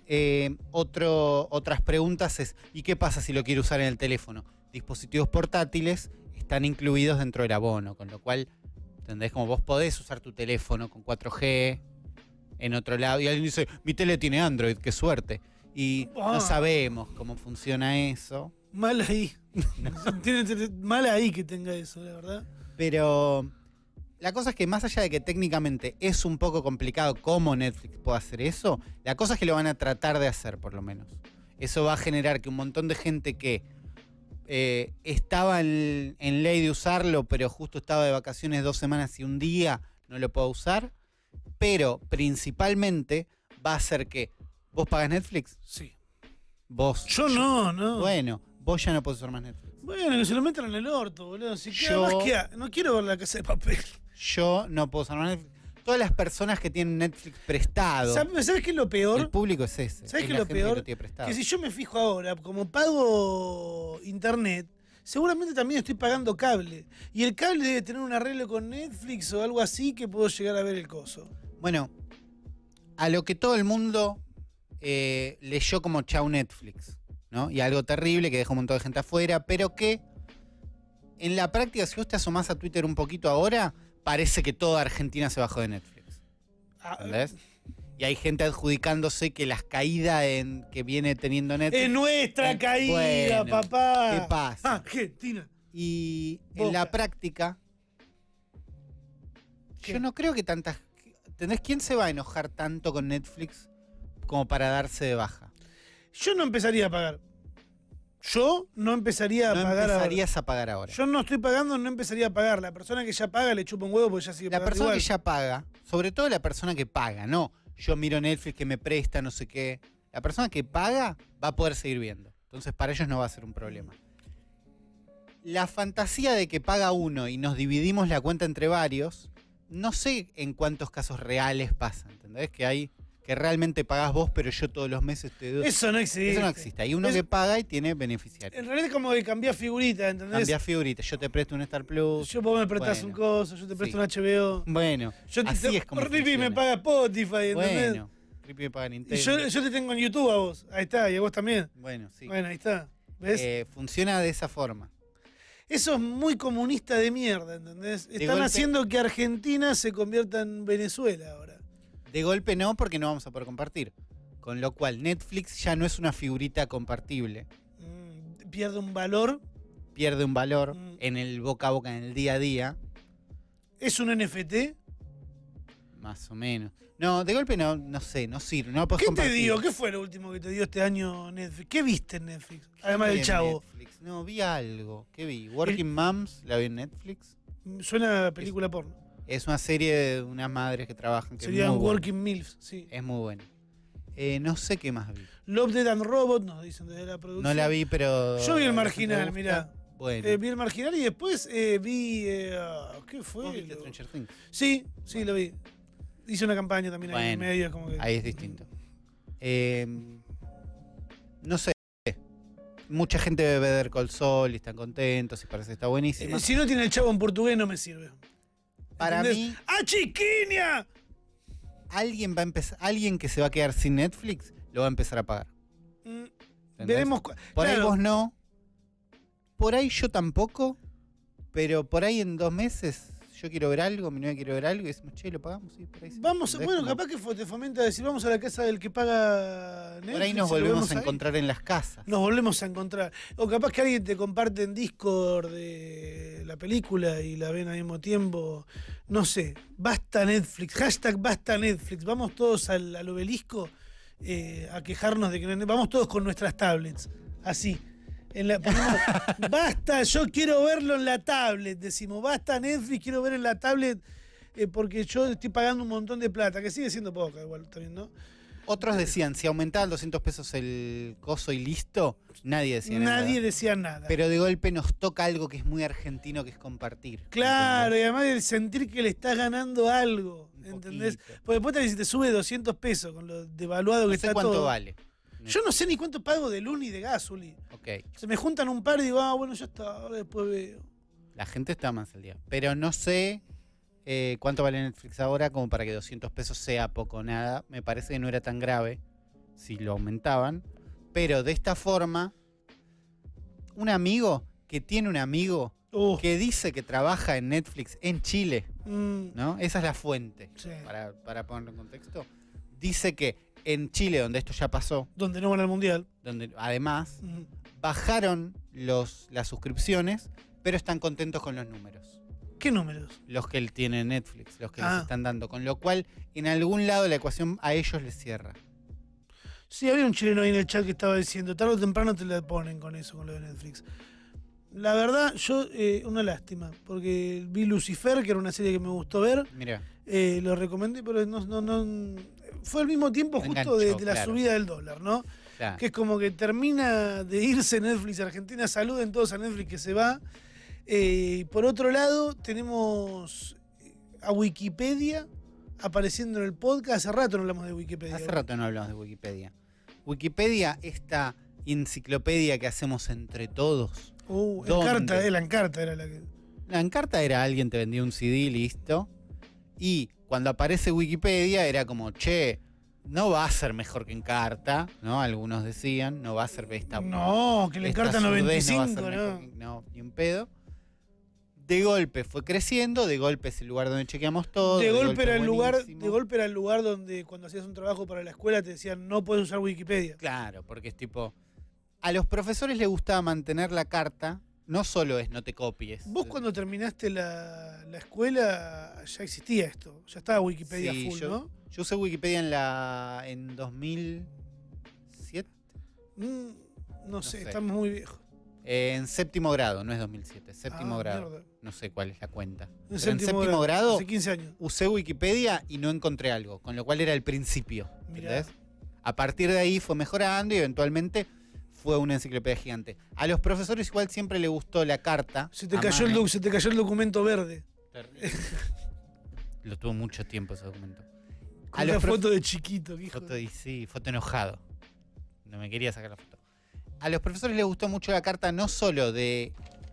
Otras preguntas es, ¿y qué pasa si lo quiere usar en el teléfono? Dispositivos portátiles están incluidos dentro del abono, con lo cual, ¿entendés? Como vos podés usar tu teléfono con 4G en otro lado. Y alguien dice, mi tele tiene Android, qué suerte. Y no sabemos cómo funciona eso. Mal ahí. Mal ahí que tenga eso, la verdad. Pero la cosa es que más allá de que técnicamente es un poco complicado cómo Netflix puede hacer eso, la cosa es que lo van a tratar de hacer por lo menos. Eso va a generar que un montón de gente que estaba en ley de usarlo, pero justo estaba de vacaciones 2 semanas y un día no lo pueda usar. Pero principalmente va a hacer que vos pagas Netflix, Sí. vos... Yo no. Bueno, vos ya no podés usar más Netflix. Bueno, que se lo metan en el orto, boludo. Si Yo- no quiero ver La Casa de Papel. Yo no puedo usar más Netflix. Todas las personas que tienen Netflix prestado... ¿Sabes qué es lo peor? El público es ese. ¿Sabes es qué la es lo gente peor? lo tiene prestado. Que si yo me fijo ahora, como pago internet, seguramente también estoy pagando cable. Y el cable debe tener un arreglo con Netflix o algo así que puedo llegar a ver el coso. Bueno, a lo que todo el mundo leyó como chau Netflix, ¿no? Y algo terrible que deja un montón de gente afuera, pero que en la práctica, si vos te asomás a Twitter un poquito ahora, parece que toda Argentina se bajó de Netflix. Ah, ¿Entendés? Y hay gente adjudicándose que las caídas que viene teniendo Netflix... es nuestra caída, Bueno, papá. ¿qué pasa? Argentina. Y Boca. en la práctica, ¿Qué? yo no creo que tantas... ¿Entendés? ¿Quién se va a enojar tanto con Netflix como para darse de baja? Yo no empezaría a pagar. Yo no empezaría a No pagar ahora. empezarías a pagar ahora. Yo no estoy pagando, no empezaría a pagar. La persona que ya paga le chupa un huevo porque ya sigue La pagando persona igual. que ya paga, sobre todo la persona que paga, no yo miro Netflix que me presta, no sé qué. La persona que paga va a poder seguir viendo. Entonces para ellos no va a ser un problema. La fantasía de que paga uno y nos dividimos la cuenta entre varios, no sé en cuántos casos reales pasa, ¿entendés? Que hay que realmente pagás vos, pero yo todos los meses te doy. Eso no existe. Eso no existe. Hay uno Es- que paga y tiene beneficiario. En realidad es como que cambiar figuritas, ¿entendés? Cambia figuritas. Yo te presto un Star Plus. Yo vos me prestás Bueno, un coso, yo te presto sí. un HBO. Bueno, Yo así es como Rippy me funciona. paga Spotify, ¿entendés? Bueno, Rippy me paga Y Nintendo. yo te tengo en YouTube a vos. Ahí está, y a vos también. Bueno, sí. Bueno, ahí está. ¿Ves? Funciona de esa forma. Eso es muy comunista de mierda, ¿entendés? Están golpe- haciendo que Argentina se convierta en Venezuela ahora. De golpe no, porque no vamos a poder compartir. Con lo cual, Netflix ya no es una figurita compartible. Pierde un valor. Pierde un valor Mm. en el boca a boca, en el día a día, Es un NFT. más o menos. No, de golpe no sé, no sirve. No lo podés ¿Qué te compartir. dio? ¿Qué fue lo último que te dio este año Netflix? ¿Qué viste en Netflix? Además Vi del en Chavo. Netflix. No, vi algo. ¿Qué vi? Working Moms, la vi en Netflix. Suena a película porno. Es una serie de unas madres que trabajan. Que Serían es muy buena. Working MILFs, sí. Es muy buena. No sé qué más vi. Love, Dead and Robot, nos dicen desde la producción. No la vi, pero... Yo vi El la Marginal, gente le gusta. mirá. Bueno. Vi El Marginal y después vi... ¿Qué ¿Vos fue? viste Stranger Things? Sí, sí, lo vi. Hice una campaña también ahí en Bueno, medio. Como que... Ahí es distinto. No sé. Mucha gente ve Better Call Saul y están contentos y parece que está buenísima. Si no tiene el Chavo en portugués no me sirve. Para ¿Entendés? mí, ¡Ah, chiquiña! alguien va a empezar, alguien que se va a quedar sin Netflix lo va a empezar a pagar. Mm, ¿Entendés? veremos. Por ahí claro, vos no. Por ahí yo tampoco. Pero por ahí en 2 meses yo quiero ver algo, mi novia quiere ver algo, y decimos, che, lo pagamos, sí, por ahí. Sí. Vamos, ¿Entendés? bueno, Como- capaz que te fomenta a decir, vamos a la casa del que paga Netflix. por ahí nos y lo volvemos vemos a ahí. encontrar en las casas. Nos volvemos a encontrar. O capaz que alguien te comparte en Discord de la película y la ven al mismo tiempo. No sé, basta Netflix, hashtag basta Netflix. Vamos todos al obelisco a quejarnos de que no... Vamos todos con nuestras tablets, así. Ponemos, basta, yo quiero verlo en la tablet, decimos, basta Netflix, quiero ver en la tablet porque yo estoy pagando un montón de plata, que sigue siendo poca igual también, ¿no? Otros decían, si aumentaban 200 pesos el coso y listo, nadie decía nada. Nadie decía nada. Pero de golpe nos toca algo que es muy argentino, que es compartir. Claro, ¿entendés? y además el sentir que le estás ganando algo, Un ¿entendés? poquito. Porque después si te sube 200 pesos con lo devaluado No que sé está cuánto todo. vale. Yo no sé ni cuánto pago de luz ni de gas, Uli. Ok, Se me juntan un par y digo, bueno, ya está, ahora después veo. la gente está más al día. Pero no sé cuánto vale Netflix ahora como para que 200 pesos sea poco o nada. Me parece que no era tan grave si lo aumentaban. Pero de esta forma, un amigo que tiene un amigo que dice que trabaja en Netflix en Chile, ¿no? Esa es la fuente, Sí. para ponerlo en contexto. Dice que en Chile, donde esto ya pasó, Donde no van al mundial. donde además Mm. bajaron las suscripciones, pero están contentos con los números. ¿Qué números? Los que él tiene en Netflix, los que les Ah. están dando. Con lo cual, en algún lado la ecuación a ellos les cierra. Sí, había un chileno ahí en el chat que estaba diciendo, tarde o temprano te la ponen con eso, con lo de Netflix. La verdad, yo, una lástima, porque vi Lucifer, que era una serie que me gustó ver, Mira, lo recomendé, pero no fue al mismo tiempo justo Enganchó, de la claro. subida del dólar, ¿no? ya. Que es como que termina de irse Netflix Argentina, saluden todos a Netflix que se va. Por otro lado, tenemos a Wikipedia apareciendo en el podcast. Hace rato no hablamos de Wikipedia. Hace rato no hablamos de Wikipedia. Wikipedia, esta enciclopedia que hacemos entre todos. Encarta, la Encarta era la que... La Encarta era alguien te vendía un CD, listo. Y cuando aparece Wikipedia era como, che, no va a ser mejor que Encarta, ¿no? Algunos decían, no va a ser esta... No, que la esta Encarta surdez 95, va a ser mejor ¿no? que- no, ni un pedo. De golpe fue creciendo, de golpe es el lugar donde chequeamos todo. De golpe era es el lugar, buenísimo. de golpe era el lugar donde cuando hacías un trabajo para la escuela te decían no puedes usar Wikipedia. Claro, porque es tipo... A los profesores les gustaba mantener la carta, no solo es no te copies. Vos cuando terminaste la escuela ya existía esto, ya estaba Wikipedia Sí, full, yo, ¿no? yo usé Wikipedia en 2007. No sé, sé. estamos muy viejos. En séptimo grado, no es 2007, séptimo Ah, grado. mierda. No sé cuál es la cuenta. En Pero en séptimo grado, grado hace 15 años. usé Wikipedia y no encontré algo, con lo cual era el principio. Mirá. ¿Entendés? A partir de ahí fue mejorando y eventualmente fue una enciclopedia gigante. A los profesores igual siempre le gustó la carta. Se te a cayó mano. se te cayó el documento verde. Lo tuvo mucho tiempo ese documento. Con la foto de chiquito, que hijo Foto, de- sí, foto enojado. No me quería sacar la foto. A los profesores les gustó mucho la carta no solo de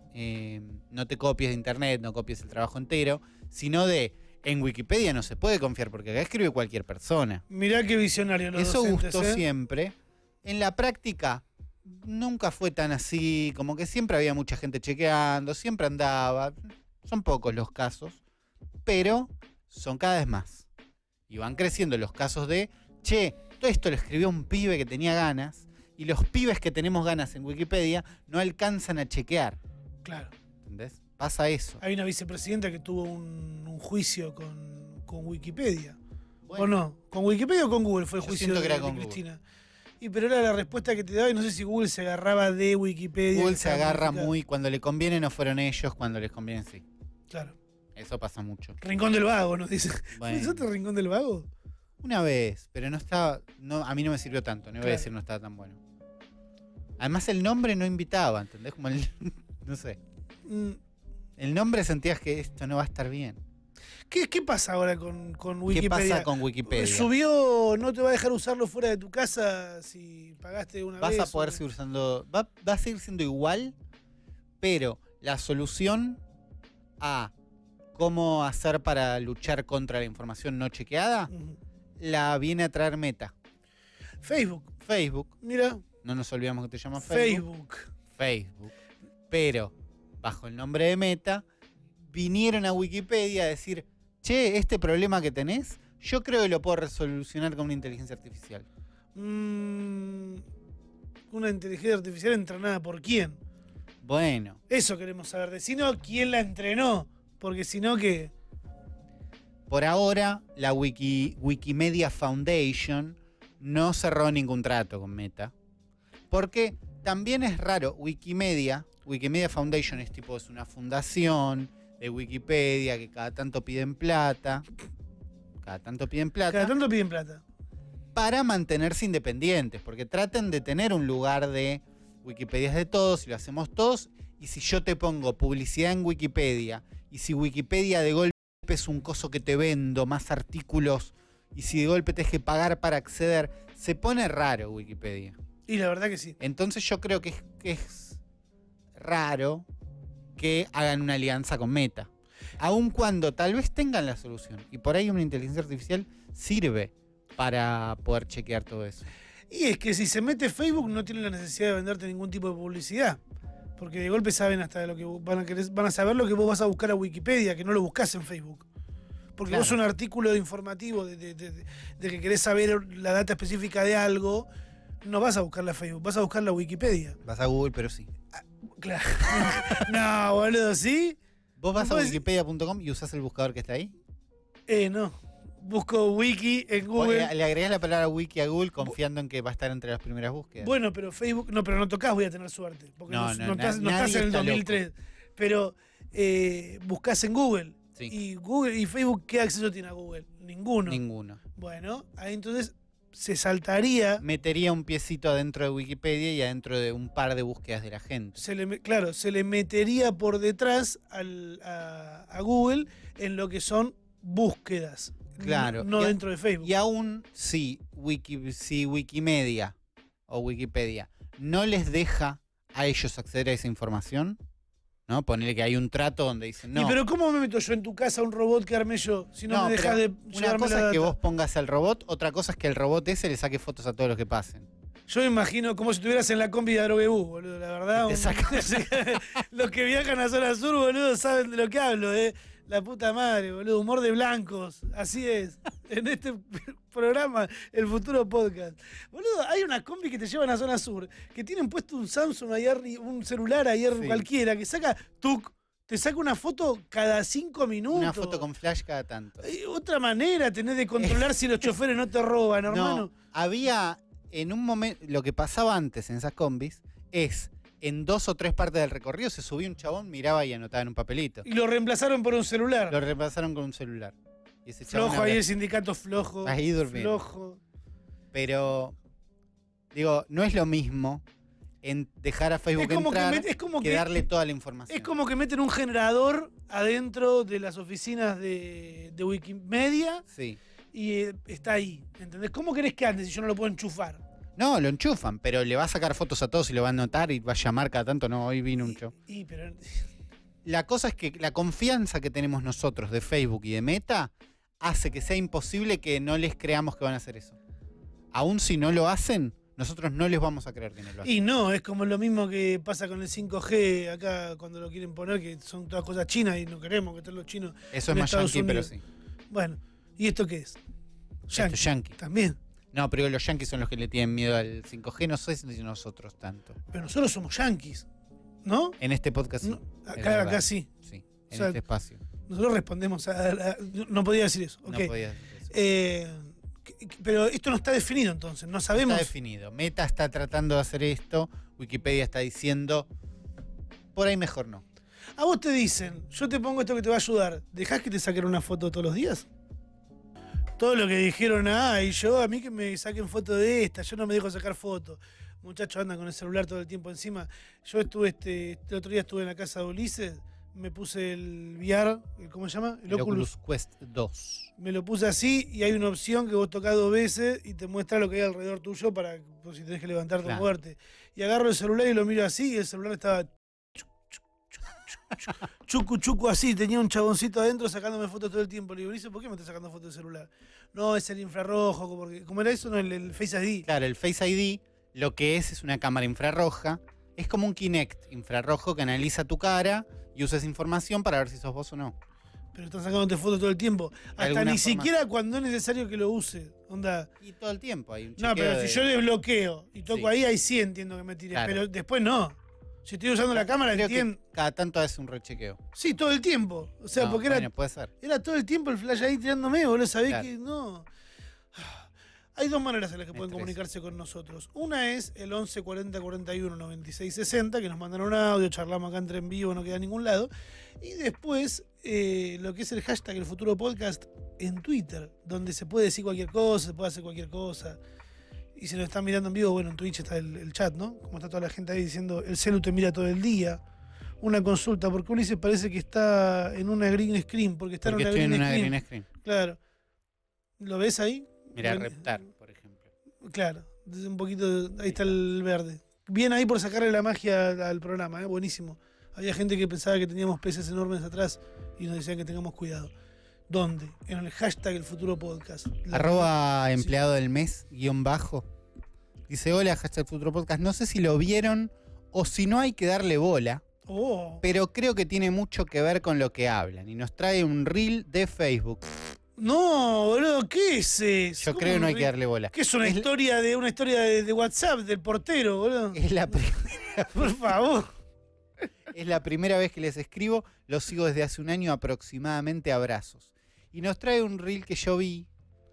no te copies de internet, no copies el trabajo entero, sino de en Wikipedia no se puede confiar porque acá escribe cualquier persona. Mirá qué visionario los Eso docentes, gustó ¿eh? siempre. En la práctica nunca fue tan así, como que siempre había mucha gente chequeando, siempre andaba. Son pocos los casos, pero son cada vez más. Y van creciendo los casos de, che, todo esto lo escribió un pibe que tenía ganas, y los pibes que tenemos ganas en Wikipedia no alcanzan a chequear. Claro. ¿Entendés? Pasa eso. Hay una vicepresidenta que tuvo un juicio con Wikipedia. Bueno, ¿O no? ¿Con Wikipedia o con Google fue el Yo juicio siento de, que era de con Google. Cristina? Y pero era la respuesta que te daba y no sé si Google se agarraba de Wikipedia. Google que se estaba agarra modificada. muy, cuando le conviene no fueron ellos, cuando les conviene sí. Claro. Eso pasa mucho. Rincón del Vago, nos dice. Bueno. ¿Pensaste Rincón del Vago? Una vez, pero no estaba. No, a mí no me sirvió tanto, no voy Claro. a decir no estaba tan bueno. Además, el nombre no invitaba, ¿entendés? Como el. No sé. Mm, El nombre sentías que esto no va a estar bien. ¿Qué pasa ahora con ¿Qué Wikipedia? pasa con Wikipedia? Subió, no te va a dejar usarlo fuera de tu casa si pagaste una Vas vez. a poder o- seguir usando. Va a seguir siendo igual, pero la solución a cómo hacer para luchar contra la información no chequeada Ujú. la viene a traer Meta. Facebook, Facebook, mira, no nos olvidamos que te llama Facebook. Facebook. Facebook, pero bajo el nombre de Meta, vinieron a Wikipedia a decir, che, este problema que tenés, yo creo que lo puedo resolucionar con una inteligencia artificial. Una inteligencia artificial entrenada por quién. Bueno, Eso queremos saber. Si no, ¿quién la entrenó? Porque si no, ¿qué? por ahora la Wikimedia Foundation no cerró ningún trato con Meta. Porque también es raro, Wikimedia Foundation es una fundación de Wikipedia que cada tanto piden plata. Cada tanto piden plata para mantenerse independientes, porque traten de tener un lugar de Wikipedia es de todos y lo hacemos todos. Y si yo te pongo publicidad en Wikipedia, y si Wikipedia de golpe es un coso que te vendo, más artículos, y si de golpe te deje pagar para acceder, se pone raro Wikipedia. Y la verdad que sí. Entonces yo creo que es raro que hagan una alianza con Meta. Aun cuando tal vez tengan la solución. Y por ahí una inteligencia artificial sirve para poder chequear todo eso. Y es que si se mete Facebook no tiene la necesidad de venderte ningún tipo de publicidad. Porque de golpe saben hasta lo que van a saber lo que vos vas a buscar a Wikipedia, que no lo buscás en Facebook. Porque Claro. vos un artículo informativo de que querés saber la data específica de algo, no vas a buscarla a Facebook, vas a buscarla a Wikipedia. Vas a Google, pero sí. Claro. No, boludo, ¿sí? ¿Vos vas No a puedes- wikipedia.com y usás el buscador que está ahí? No. Busco Wiki en Google. Le agregás la palabra wiki a Google confiando en que va a estar entre las primeras búsquedas. Bueno, pero Facebook. No, pero no tocas, voy a tener suerte. Porque No, no, no, estás, no nadie estás en el está 2003. Pero buscás en Google. Sí. Y Google y Facebook, ¿qué acceso tiene a Google? Ninguno. Ninguno. Bueno, ahí entonces se saltaría. Metería un piecito adentro de Wikipedia y adentro de un par de búsquedas de la gente. Claro, se le metería por detrás a Google en lo que son búsquedas. Claro. No Y dentro de Facebook. Y aún si Wikimedia o Wikipedia no les deja a ellos acceder a esa información, ¿no? Ponele que hay un trato donde dicen, no. ¿Y pero cómo me meto yo en tu casa un robot que armé yo si no, me dejas pero de una llevarme cosa la es que data? vos pongas al robot, otra cosa es que el robot ese le saque fotos a todos los que pasen. Yo me imagino como si estuvieras en la combi de Arogebús, boludo, la verdad. Y te Los que viajan a zona sur, boludo, saben de lo que hablo, La puta madre, boludo, humor de blancos, así es. En este programa, el futuro podcast. Boludo, hay unas combi que te llevan a zona sur, que tienen puesto un Samsung ahí arriba, un celular ahí Sí. cualquiera, que te saca una foto cada 5 minutos. Una foto con flash cada tanto. Otra manera tenés de controlar si los choferes no te roban, hermano. No, había en un momento, lo que pasaba antes en esas combis es, en 2 o 3 partes del recorrido se subía un chabón, miraba y anotaba en un papelito. Y lo reemplazaron por un celular. Lo repasaron con un celular. Y ese chabón Flojo ahí habla- el sindicato flojo. Ahí durmiendo. Flojo. Pero, digo, no es lo mismo en dejar a Facebook Es como que entrar es como que que darle toda la información. es como que meten un generador adentro de las oficinas de Wikimedia Sí. y está ahí. ¿Entendés? ¿Cómo querés que ande si yo no lo puedo enchufar? No, lo enchufan, pero le va a sacar fotos a todos y lo va a anotar y va a llamar cada tanto. No, hoy vino un show. Pero La cosa es que la confianza que tenemos nosotros de Facebook y de Meta hace que sea imposible que no les creamos que van a hacer eso. Aún si no lo hacen, nosotros no les vamos a creer que no lo hacen. y no, es como lo mismo que pasa con el 5G acá cuando lo quieren poner, que son todas cosas chinas y no queremos que estén los chinos. Eso es en más Estados yankee, pero Unidos. sí. Bueno, ¿y esto qué es? Esto es yankee. También. No, pero los yankees son los que le tienen miedo al 5G, no sé si nosotros tanto. Pero nosotros somos yanquis, ¿no? En este podcast sí. No, es acá verdad. sí. Sí, en O sea, este espacio. Nosotros respondemos no podía decir eso. No ok. podía decir eso. Pero esto no está definido entonces, no sabemos. Está definido. Meta está tratando de hacer esto, Wikipedia está diciendo, por ahí mejor no. A vos te dicen, yo te pongo esto que te va a ayudar, ¿dejás que te saquen una foto todos los días? Todo lo que dijeron, y yo a mí que me saquen foto de esta, yo no me dejo sacar fotos. Muchachos andan con el celular todo el tiempo encima. Yo estuve el otro día estuve en la casa de Ulises, me puse el VR, ¿cómo se llama? El Oculus Quest 2. Me lo puse así y hay una opción que vos tocás 2 veces y te muestra lo que hay alrededor tuyo para por si tenés que levantarte Claro. o moverte. Y agarro el celular y lo miro así y el celular estaba chucu chucu así, tenía un chaboncito adentro sacándome fotos todo el tiempo. Le digo, Ulises, ¿por qué me estás sacando fotos del celular? No, es el infrarrojo, porque ¿cómo era eso? No, el Face ID. Claro, el Face ID lo que es una cámara infrarroja Es como un Kinect infrarrojo que analiza tu cara y usa esa información para ver si sos vos o no. Pero están sacándote fotos todo el tiempo. Hasta alguna ni forma. siquiera cuando es necesario que lo use. Onda. Y todo el tiempo hay un chequeo No, pero de- si yo le bloqueo y toco Sí. ahí sí entiendo que me tiré. Claro. Pero después no. Si estoy usando la cámara, Creo que entiendo. cada tanto hace un rechequeo. Sí, todo el tiempo. O sea, No, porque era, bueno, puede ser. era todo el tiempo el flash ahí tirándome, boludo. Sabés Claro. que no. Hay dos maneras en las que Me pueden estresa. comunicarse con nosotros. Una es el 11 40 41 96 60, que nos mandan un audio, charlamos acá entre en vivo, no queda en ningún lado. Y después, lo que es el hashtag El Futuro Podcast en Twitter, donde se puede decir cualquier cosa, se puede hacer cualquier cosa. Y si nos están mirando en vivo, bueno, en Twitch está el chat, ¿no? Como está toda la gente ahí diciendo, el celu te mira todo el día. Una consulta, porque Ulises parece que está en una green screen, porque está Porque en una estoy en green una screen. green screen. Claro. ¿Lo ves ahí? Mira, Ven- Reptar, por ejemplo. Claro, desde un poquito, ahí está el verde. Bien ahí por sacarle la magia al programa, buenísimo. Había gente que pensaba que teníamos peces enormes atrás y nos decían que tengamos cuidado. ¿Dónde? En el hashtag El Futuro Podcast. Arroba Sí. empleado del mes, _. Dice, hola, hashtag Futuro Podcast. No sé si lo vieron o si no hay que darle bola, Oh. pero creo que tiene mucho que ver con lo que hablan. Y nos trae un reel de Facebook. No, boludo, ¿qué es eso? Yo creo que no hay que darle bola. ¿Qué es una Es- historia de WhatsApp del portero, boludo? Es la, Por favor. es la primera vez que les escribo. Lo sigo desde hace un año aproximadamente. Abrazos. Y nos trae un reel que yo vi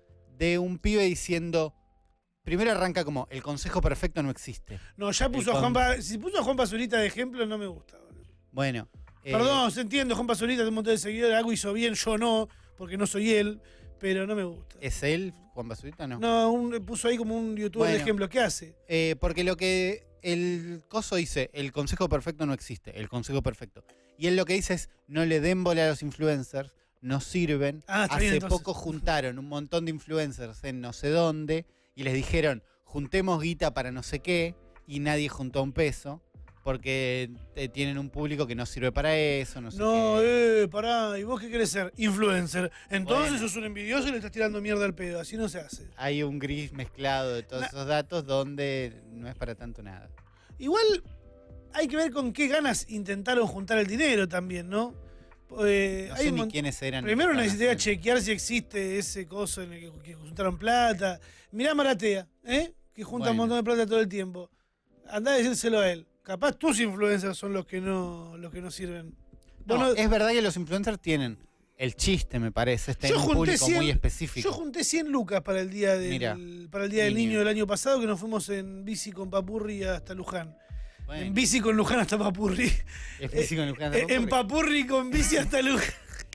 de un pibe diciendo... Primero arranca como, el consejo perfecto no existe. No, ya puso El a con- Juanpa. Si puso a Juan Pazurita de ejemplo, no me gusta, boludo. Bueno. Perdón, se entiende, Juan Pazurita tiene un montón de seguidores, algo hizo bien, yo no, porque no soy él, pero no me gusta. ¿Es él, Juan Basurita? No. No, puso ahí como un youtuber de Bueno. ejemplo. ¿Qué hace? Porque lo que el coso dice, el consejo perfecto no existe, el consejo perfecto. Y él lo que dice es, no le den bola a los influencers, no sirven. Ah, está bien, Hace entonces. poco juntaron un montón de influencers en no sé dónde y les dijeron, juntemos guita para no sé qué, y nadie juntó un peso, porque tienen un público que no sirve para eso, no sé No, qué. pará, ¿y vos qué querés ser? Influencer. Entonces Bueno. sos un envidioso y le estás tirando mierda al pedo, así no se hace. Hay un gris mezclado de todos esos datos donde no es para tanto nada. Igual hay que ver con qué ganas intentaron juntar el dinero también, ¿no? No Hay sé un ni mon- quiénes eran. Primero ni qué necesitaría estaban haciendo. chequear si existe ese coso en el que juntaron plata. Mirá Maratea, que junta un Bueno. montón de plata todo el tiempo. Andá a decírselo a él. Capaz tus influencers son los que no sirven. No, Vos no- es verdad que los influencers tienen el chiste, me parece, está en Yo un junté público 100 muy específico. Yo junté 100 lucas para el día Mirá, del niño. niño del año pasado, que nos fuimos en bici con Papurri hasta Luján. Bueno, En bici con Luján hasta Papurri. es físico en Luján de En Papurri. Papurri con bici hasta Luján.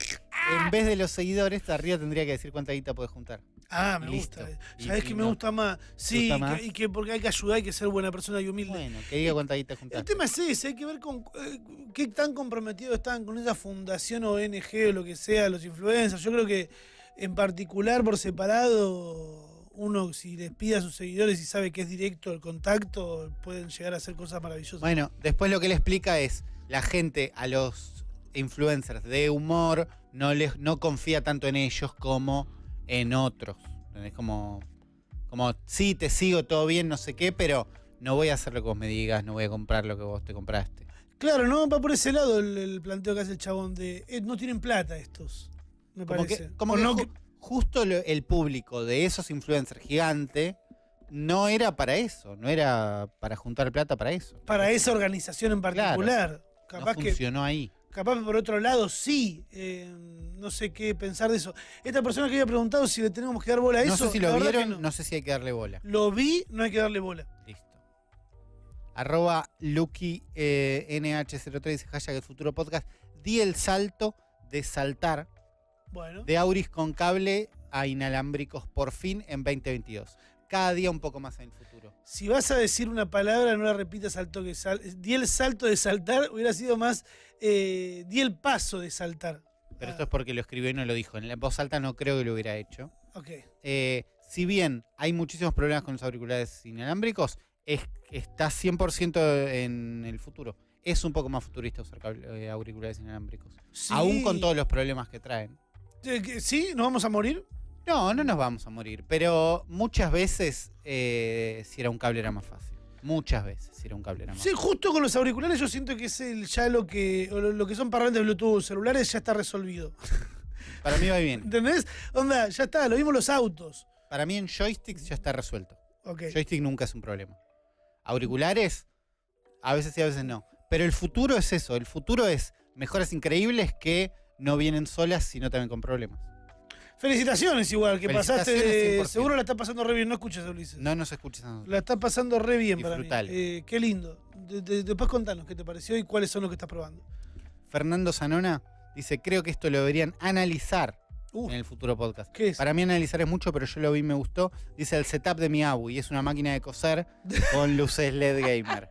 En vez de los seguidores, arriba tendría que decir cuánta guita puede juntar. Ah, me Listo. gusta. Y- ¿Sabés y que me no. gusta más? Sí, gusta más? y que porque hay que ayudar, hay que ser buena persona y humilde. Bueno, que diga cuánta guita El juntaste. tema es ese, hay que ver con qué tan comprometidos están con esa fundación o ONG o lo que sea, los influencers. Yo creo que en particular, por separado, uno si les pide a sus seguidores y sabe que es directo el contacto, pueden llegar a hacer cosas maravillosas. Bueno, después lo que le explica es, la gente a los influencers de humor no confía tanto en ellos como en otros. Es como, sí, te sigo, todo bien, no sé qué, pero no voy a hacer lo que vos me digas, no voy a comprar lo que vos te compraste. Claro, no va por ese lado el planteo que hace el chabón de no tienen plata estos, me Como parece. que, como O que no, justo el público de esos influencers gigantes no era para eso, no era para juntar plata para eso. para esa organización en particular. No Capaz que funcionó ahí. Capaz por otro lado sí, no sé qué pensar de eso. Esta persona que había preguntado si le tenemos que dar bola a No eso, sé si la lo verdad que vieron, no sé si hay que darle bola. Lo vi, no hay que darle bola. Listo. Arroba Lucky NH03 dice hashtag el futuro podcast. Di el salto de saltar Bueno, de Auris con cable a inalámbricos por fin en 2022. Cada día un poco más en el futuro. si vas a decir una palabra, no la repitas al toque. Di el salto de saltar, hubiera sido más, di el paso de saltar. Pero esto es porque lo escribió y no lo dijo. En la voz alta no creo que lo hubiera hecho. Ok. Si bien hay muchísimos problemas con los auriculares inalámbricos, está 100% en el futuro. Es un poco más futurista usar auriculares inalámbricos. Sí. Aún con todos los problemas que traen. ¿Sí? ¿Nos vamos a morir? No nos vamos a morir. Pero muchas veces, si era un cable, era más fácil. Muchas veces, si era un cable nada más. Sí, justo con los auriculares yo siento que es ya lo que son parlantes Bluetooth celulares ya está resolvido. Para mí va bien. ¿Entendés? Onda, ya está, lo mismo los autos. Para mí en joysticks ya está resuelto. Ok. Joystick nunca es un problema. Auriculares, a veces sí, a veces no. Pero el futuro es eso. El futuro es mejoras increíbles que no vienen solas, sino también con problemas. Felicitaciones igual, que pasaste Felicitaciones, de... 100%. Seguro la está pasando re bien, no escuches a Ulises. No nos escuches a nosotros. La está pasando re bien para mí. Disfrutalo. Qué lindo. Después contanos qué te pareció y cuáles son los que estás probando. Fernando Zanona dice, creo que esto lo deberían analizar Uh, en el futuro podcast. ¿Qué es? Para mí analizar es mucho, pero yo lo vi y me gustó. Dice el setup de mi Abu y es una máquina de coser con luces LED gamer.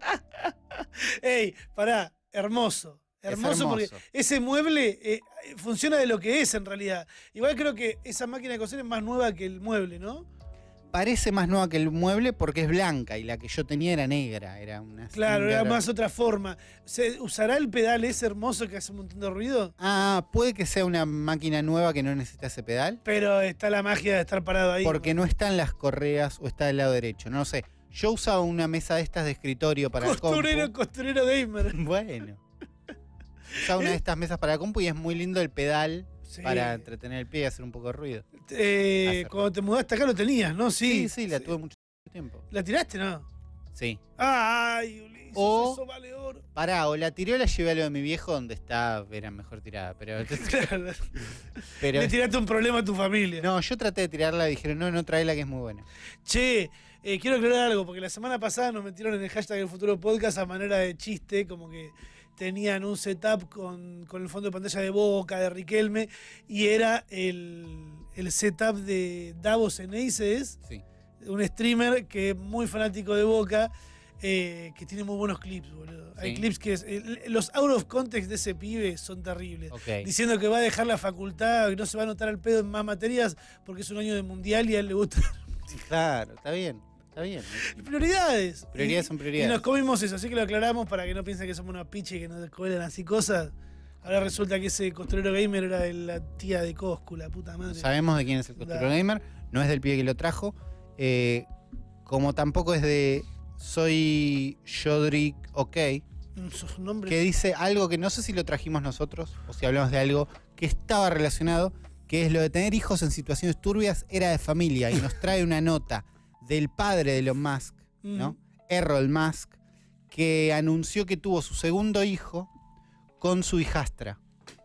Ey, pará, hermoso. Hermoso porque ese mueble funciona de lo que es en realidad. Igual creo que esa máquina de coser es más nueva que el mueble, ¿no? Parece más nueva que el mueble porque es blanca y la que yo tenía era negra. Era una Claro, era Singer. más otra forma. ¿Se usará el pedal ese hermoso que hace un montón de ruido? Ah, puede que sea una máquina nueva que no necesita ese pedal. Pero está la magia de estar parado ahí. Porque no están las correas o está del lado derecho. No lo sé. Yo usaba una mesa de estas de escritorio para el compu. Costurero gamer. Bueno. Usaba una de estas mesas para la compu y es muy lindo el pedal Sí. para entretener el pie y hacer un poco de ruido. Cuando te mudaste acá lo tenías, ¿no? Sí, la tuve mucho tiempo. ¿La tiraste, no? Sí. Ay, Ulises, O- eso vale oro. Pará, o la tiré o la llevé a lo de mi viejo donde era mejor tirada. Pero, Claro. pero Le tiraste un problema a tu familia. no, yo traté de tirarla y dijeron, no, traela que es muy buena. Che, quiero aclarar algo, porque la semana pasada nos metieron en el hashtag del futuro podcast a manera de chiste, como que tenían un setup con el fondo de pantalla de Boca, de Riquelme, y era el setup de Davos Eneises, Sí. un streamer que es muy fanático de Boca, que tiene muy buenos clips, boludo. Hay Sí. clips que los out of context de ese pibe son terribles. Ok. Diciendo que va a dejar la facultad, que no se va a anotar al pedo en más materias porque es un año de mundial y a él le gusta. Claro, está bien. Está bien. Prioridades. Prioridades son Y prioridades. nos comimos eso, así que lo aclaramos para que no piensen que somos una piche y que nos cuelan así cosas. Ahora resulta que ese costurero gamer era de la tía de Coscu, la puta madre. Sabemos de quién es el costurero gamer. No es del pibe que lo trajo. Como tampoco es de Soy Jodrick OK. Sus nombres. Que dice algo que no sé si lo trajimos nosotros o si hablamos de algo que estaba relacionado, que es lo de tener hijos en situaciones turbias era de familia y nos trae una nota del padre de Elon Musk, ¿no? Errol Musk, que anunció que tuvo su segundo hijo con su hijastra,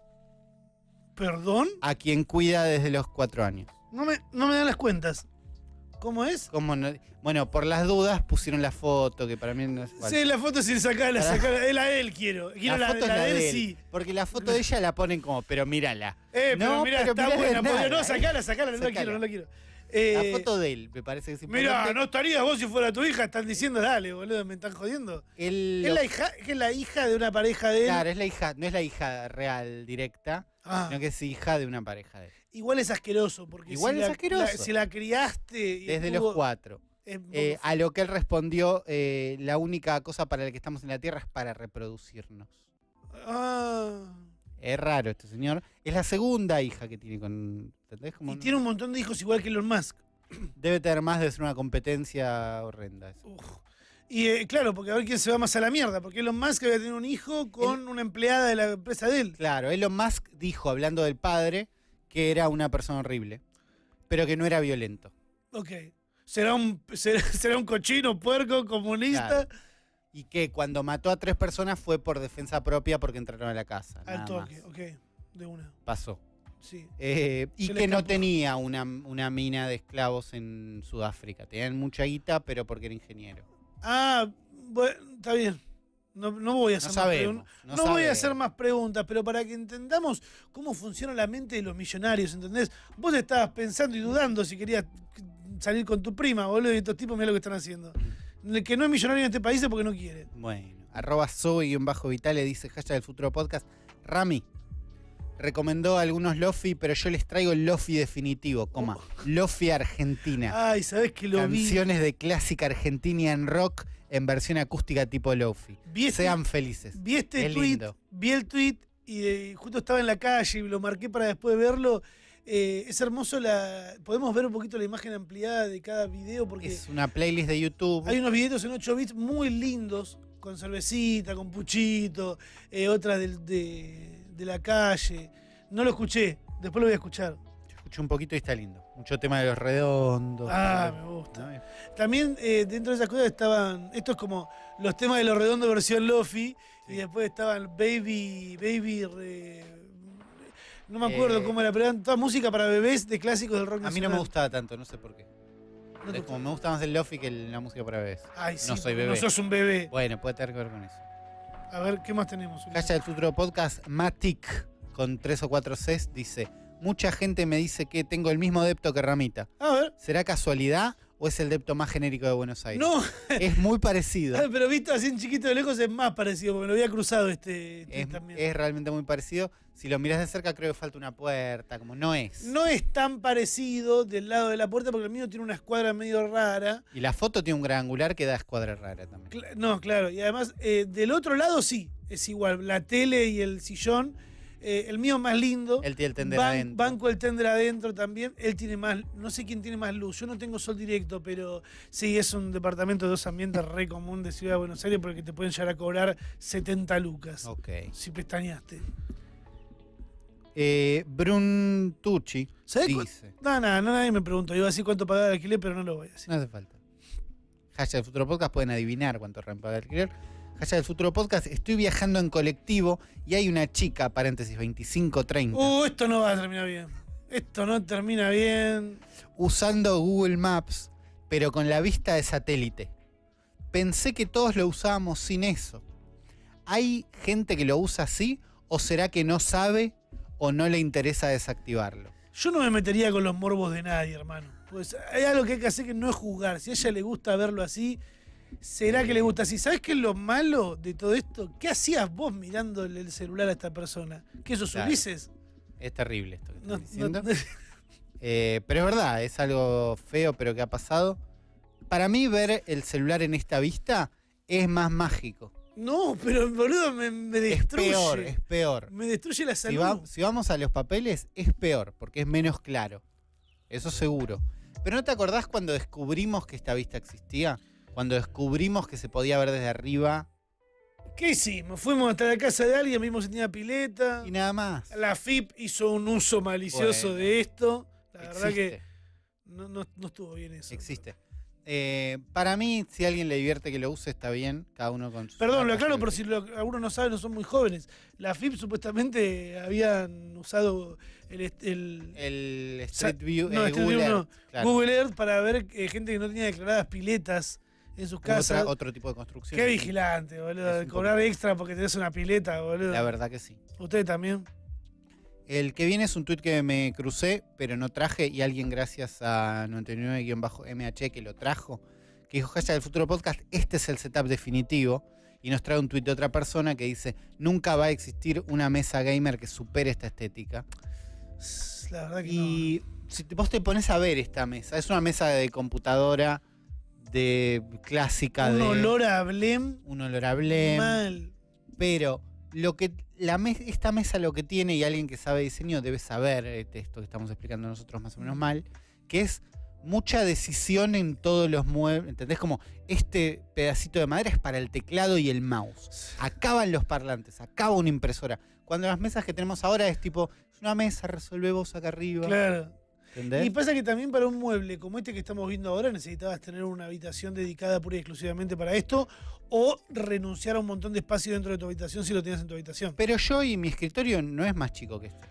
¿Perdón? a quien cuida desde los 4 años. No me dan las cuentas. ¿Cómo es? ¿Cómo no? Bueno, por las dudas pusieron la foto, que para mí no es falsa. Sí, la foto sin sacarla, la de él quiero. Quiero la foto es la de él, de él, sí. porque la foto de ella la ponen como, pero mírala. Pero No, mirá, pero está mirá buena. nada, No, sacala, no la Sacala. quiero, no la quiero. La foto de él, me parece que es importante. Mirá, no estarías vos si fuera tu hija, están diciendo, dale, boludo, me están jodiendo. Él Es la hija de una pareja de él. Claro, es la hija, no es la hija real directa, Ah, sino que es hija de una pareja de él. igual es asqueroso, porque Igual si es la- asqueroso. si la criaste y Desde estuvo- los 4. es- A lo que él respondió, la única cosa para la que estamos en la Tierra es para reproducirnos. Ah. Es raro este señor. Es la segunda hija que tiene con... ¿Entendés? Como Y tiene un montón de hijos igual que Elon Musk. Debe tener más, debe ser una competencia horrenda. Eso. Uf. Y claro, porque a ver quién se va más a la mierda, porque Elon Musk había tenido un hijo con una empleada de la empresa de él. Claro, Elon Musk dijo, hablando del padre, que era una persona horrible, pero que no era violento. Ok. ¿Será un cochino, puerco, comunista? Claro. Y que cuando mató a 3 personas fue por defensa propia porque entraron a la casa. Al Nada toque, más. ok. De una. Pasó. Sí. Y Se le que no escapó. tenía una mina de esclavos en Sudáfrica. Tenían mucha guita, pero porque era ingeniero. Ah, bueno, está bien. No voy a hacer No más sabemos. preguntas. No voy a hacer más preguntas, pero para que entendamos cómo funciona la mente de los millonarios, ¿entendés? Vos estabas pensando y dudando si querías salir con tu prima, boludo, y estos tipos mirá lo que están haciendo. El que no es millonario en este país es porque no quiere. Bueno, @Zoe_Vitale dice hashtag del futuro podcast. Rami recomendó algunos Lofi, pero yo les traigo el Lofi definitivo, coma. Lofi Argentina. Ay, ¿sabés que lo vi? Canciones de clásica Argentinian rock en versión acústica tipo Lofi. Vi este- Sean felices. Vi este Es tweet, lindo. vi el tweet y justo estaba en la calle y lo marqué para después verlo. Es hermoso podemos ver un poquito la imagen ampliada de cada video porque Es una playlist de YouTube. hay unos videitos en 8 bits muy lindos, con cervecita, con puchito, otra de la calle. No lo escuché, después lo voy a escuchar. Yo escuché un poquito y está lindo. Mucho tema de los redondos. Ah, me gusta. ¿no? También dentro de esas cosas estaban, esto es como los temas de los redondos versión Lofi, Sí. y después estaban no me acuerdo cómo era, pero eran toda música para bebés de clásicos del rock A mí nacional. no me gustaba tanto, no sé por qué. ¿No te Es como gusta? me gusta más el lofi que la música para bebés. Ay, sí, no soy porque bebé. no sos un bebé. Bueno, puede tener que ver con eso. A ver, ¿qué más tenemos? Hashtag del futuro podcast, Matic, con 3 o 4 Cs, dice: mucha gente me dice que tengo el mismo depto que Ramita. A ver. ¿Será casualidad o es el depto más genérico de Buenos Aires? No, Es muy parecido. pero visto así en chiquito de lejos es más parecido, porque me lo había cruzado este también. Es realmente muy parecido. Si lo miras de cerca, creo que falta una puerta, como no es. No es tan parecido del lado de la puerta, porque el mío tiene una escuadra medio rara. Y la foto tiene un gran angular que da escuadra rara también. No, claro. Y además, del otro lado sí, es igual. La tele y el sillón. El mío más lindo. Él tiene el tender adentro. Banco el tender adentro también. Él tiene más. No sé quién tiene más luz. Yo no tengo sol directo, pero sí, es un departamento de 2 ambientes re común de Ciudad de Buenos Aires porque te pueden llegar a cobrar 70 lucas. Ok. Si pestañaste. Bruntucci ¿Sabés dice: No, nadie me preguntó. Iba a decir cuánto pagaba el alquiler, pero no lo voy a decir. no hace falta. Hashtag del futuro podcast, pueden adivinar cuánto paga el alquiler. Hashtag del futuro podcast: estoy viajando en colectivo y hay una chica, paréntesis 25-30, Esto no va a terminar bien. Esto no termina bien. usando Google Maps, pero con la vista de satélite. Pensé que todos lo usábamos sin eso. ¿Hay gente que lo usa así o será que no sabe o no le interesa desactivarlo? Yo no me metería con los morbos de nadie, hermano. Pues hay algo que hay que hacer que no es juzgar. Si a ella le gusta verlo así, será que le gusta así. ¿Sabes qué es lo malo de todo esto? ¿Qué hacías vos mirando el celular a esta persona? ¿Qué sos Claro. Ulises? Es terrible esto que No, estás diciendo. no- Pero es verdad, es algo feo, pero que ha pasado. Para mí, ver el celular en esta vista es más mágico. no, pero boludo, me destruye. Es peor. Me destruye la Si, salud. si vamos a los papeles, es peor, porque es menos claro. Eso seguro. Pero ¿no te acordás cuando descubrimos que esta vista existía? Cuando descubrimos que se podía ver desde arriba ¿Qué hicimos? Fuimos hasta la casa de alguien, vimos si tenía pileta. y nada más. La FIP hizo un uso malicioso Bueno. de esto. La verdad Existe, que no estuvo bien eso. existe. Para mí, si a alguien le divierte que lo use, está bien. Cada uno con su. Perdón, lo aclaro por si algunos no saben, no son muy jóvenes. La FIP supuestamente habían usado el Street View, no, Street Google View no. Earth, claro. Google Earth para ver gente que no tenía declaradas piletas en sus casas. Otro tipo de construcción. Qué vigilante, boludo. Es De un cobrar poco. extra porque tenés una pileta, boludo. La verdad que sí. Usted también. El que viene es un tuit que me crucé, pero no traje, y alguien gracias a 99-MH que lo trajo, que dijo: hashtag del futuro podcast, este es el setup definitivo, y nos trae un tuit de otra persona que dice: nunca va a existir una mesa gamer que supere esta estética. La verdad que Y si vos te pones a ver esta mesa, es una mesa de computadora de clásica, no. Un de olor a Blem. un olor a Blem, Mal. pero lo que esta mesa lo que tiene, y alguien que sabe diseño debe saber esto que estamos explicando nosotros más o menos mal, que es mucha decisión en todos los muebles, ¿entendés? Como este pedacito de madera es para el teclado y el mouse. Acá van los parlantes, acá va una impresora. Cuando las mesas que tenemos ahora es tipo, es una mesa, resolvé vos acá arriba. Claro. ¿Entendés? Y pasa que también para un mueble como este que estamos viendo ahora necesitabas tener una habitación dedicada pura y exclusivamente para esto o renunciar a un montón de espacio dentro de tu habitación si lo tienes en tu habitación. Pero yo y mi escritorio no es más chico que este.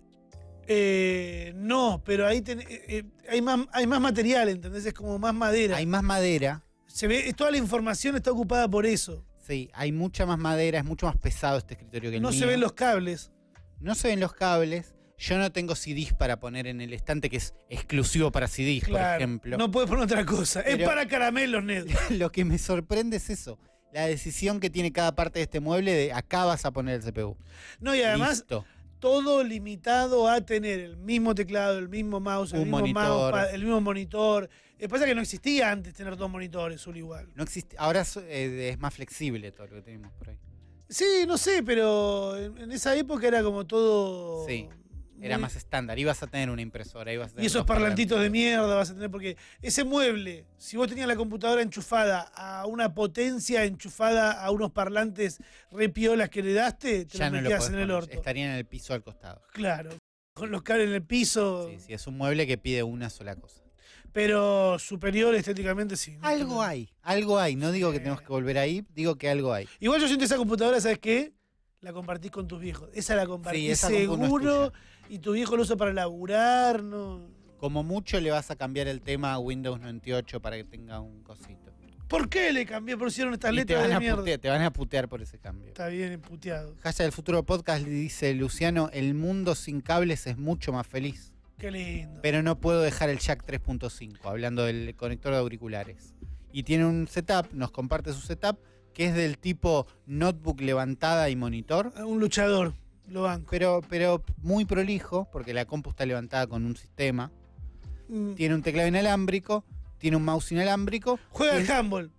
No, pero ahí hay más material, ¿entendés? Es como más madera. Hay más madera. Se ve, toda la información está ocupada por eso. Sí, hay mucha más madera, es mucho más pesado este escritorio que el No mío. se ven los cables. No se ven los cables. Yo no tengo CDs para poner en el estante, que es exclusivo para CDs, por Claro, ejemplo. no puedes poner otra cosa. Es Pero- para caramelos, Ned. Lo que me sorprende es eso. La decisión que tiene cada parte de este mueble de acá vas a poner el CPU. No, y además Listo. todo limitado a tener el mismo teclado, el mismo mouse, el Un mismo monitor. mousepad, el mismo monitor. Pasa que no existía antes tener dos monitores, solo igual. No existe. Ahora es más flexible todo lo que tenemos por ahí. Sí, no sé, pero en esa época era como todo Sí. Era más estándar. Ibas a tener una impresora, ibas a tener Y esos dos parlantes. parlantitos de mierda vas a tener, porque ese mueble, si vos tenías la computadora enchufada a una potencia, enchufada a unos parlantes repiolas que le daste, te Ya lo no lo metías podés en el poner, orto. estarían en el piso al costado. Claro, con los cables en el piso, Sí, sí, es un mueble que pide una sola cosa. pero superior estéticamente sí. ¿no? Algo hay. No digo que Sí. tenemos que volver ahí, digo que algo hay. Igual yo siento esa computadora, ¿sabes qué? La compartís con tus viejos. Esa la compartís esa compu no es seguro tuya. y tu viejo lo usa para laburar, ¿no? Como mucho le vas a cambiar el tema a Windows 98 para que tenga un cosito. ¿Por qué le cambié? Pusieron estas Y letras de mierda. te van a putear por ese cambio. Está bien puteado. Hashtag del Futuro Podcast le dice Luciano, el mundo sin cables es mucho más feliz. Qué lindo. Pero no puedo dejar el jack 3.5, hablando del conector de auriculares. Y tiene un setup, nos comparte su setup, que es del tipo notebook levantada y monitor, Un luchador, lo banco. pero muy prolijo, porque la compu está levantada con un sistema. Mm. Tiene un teclado inalámbrico, tiene un mouse inalámbrico. Juega y al handball.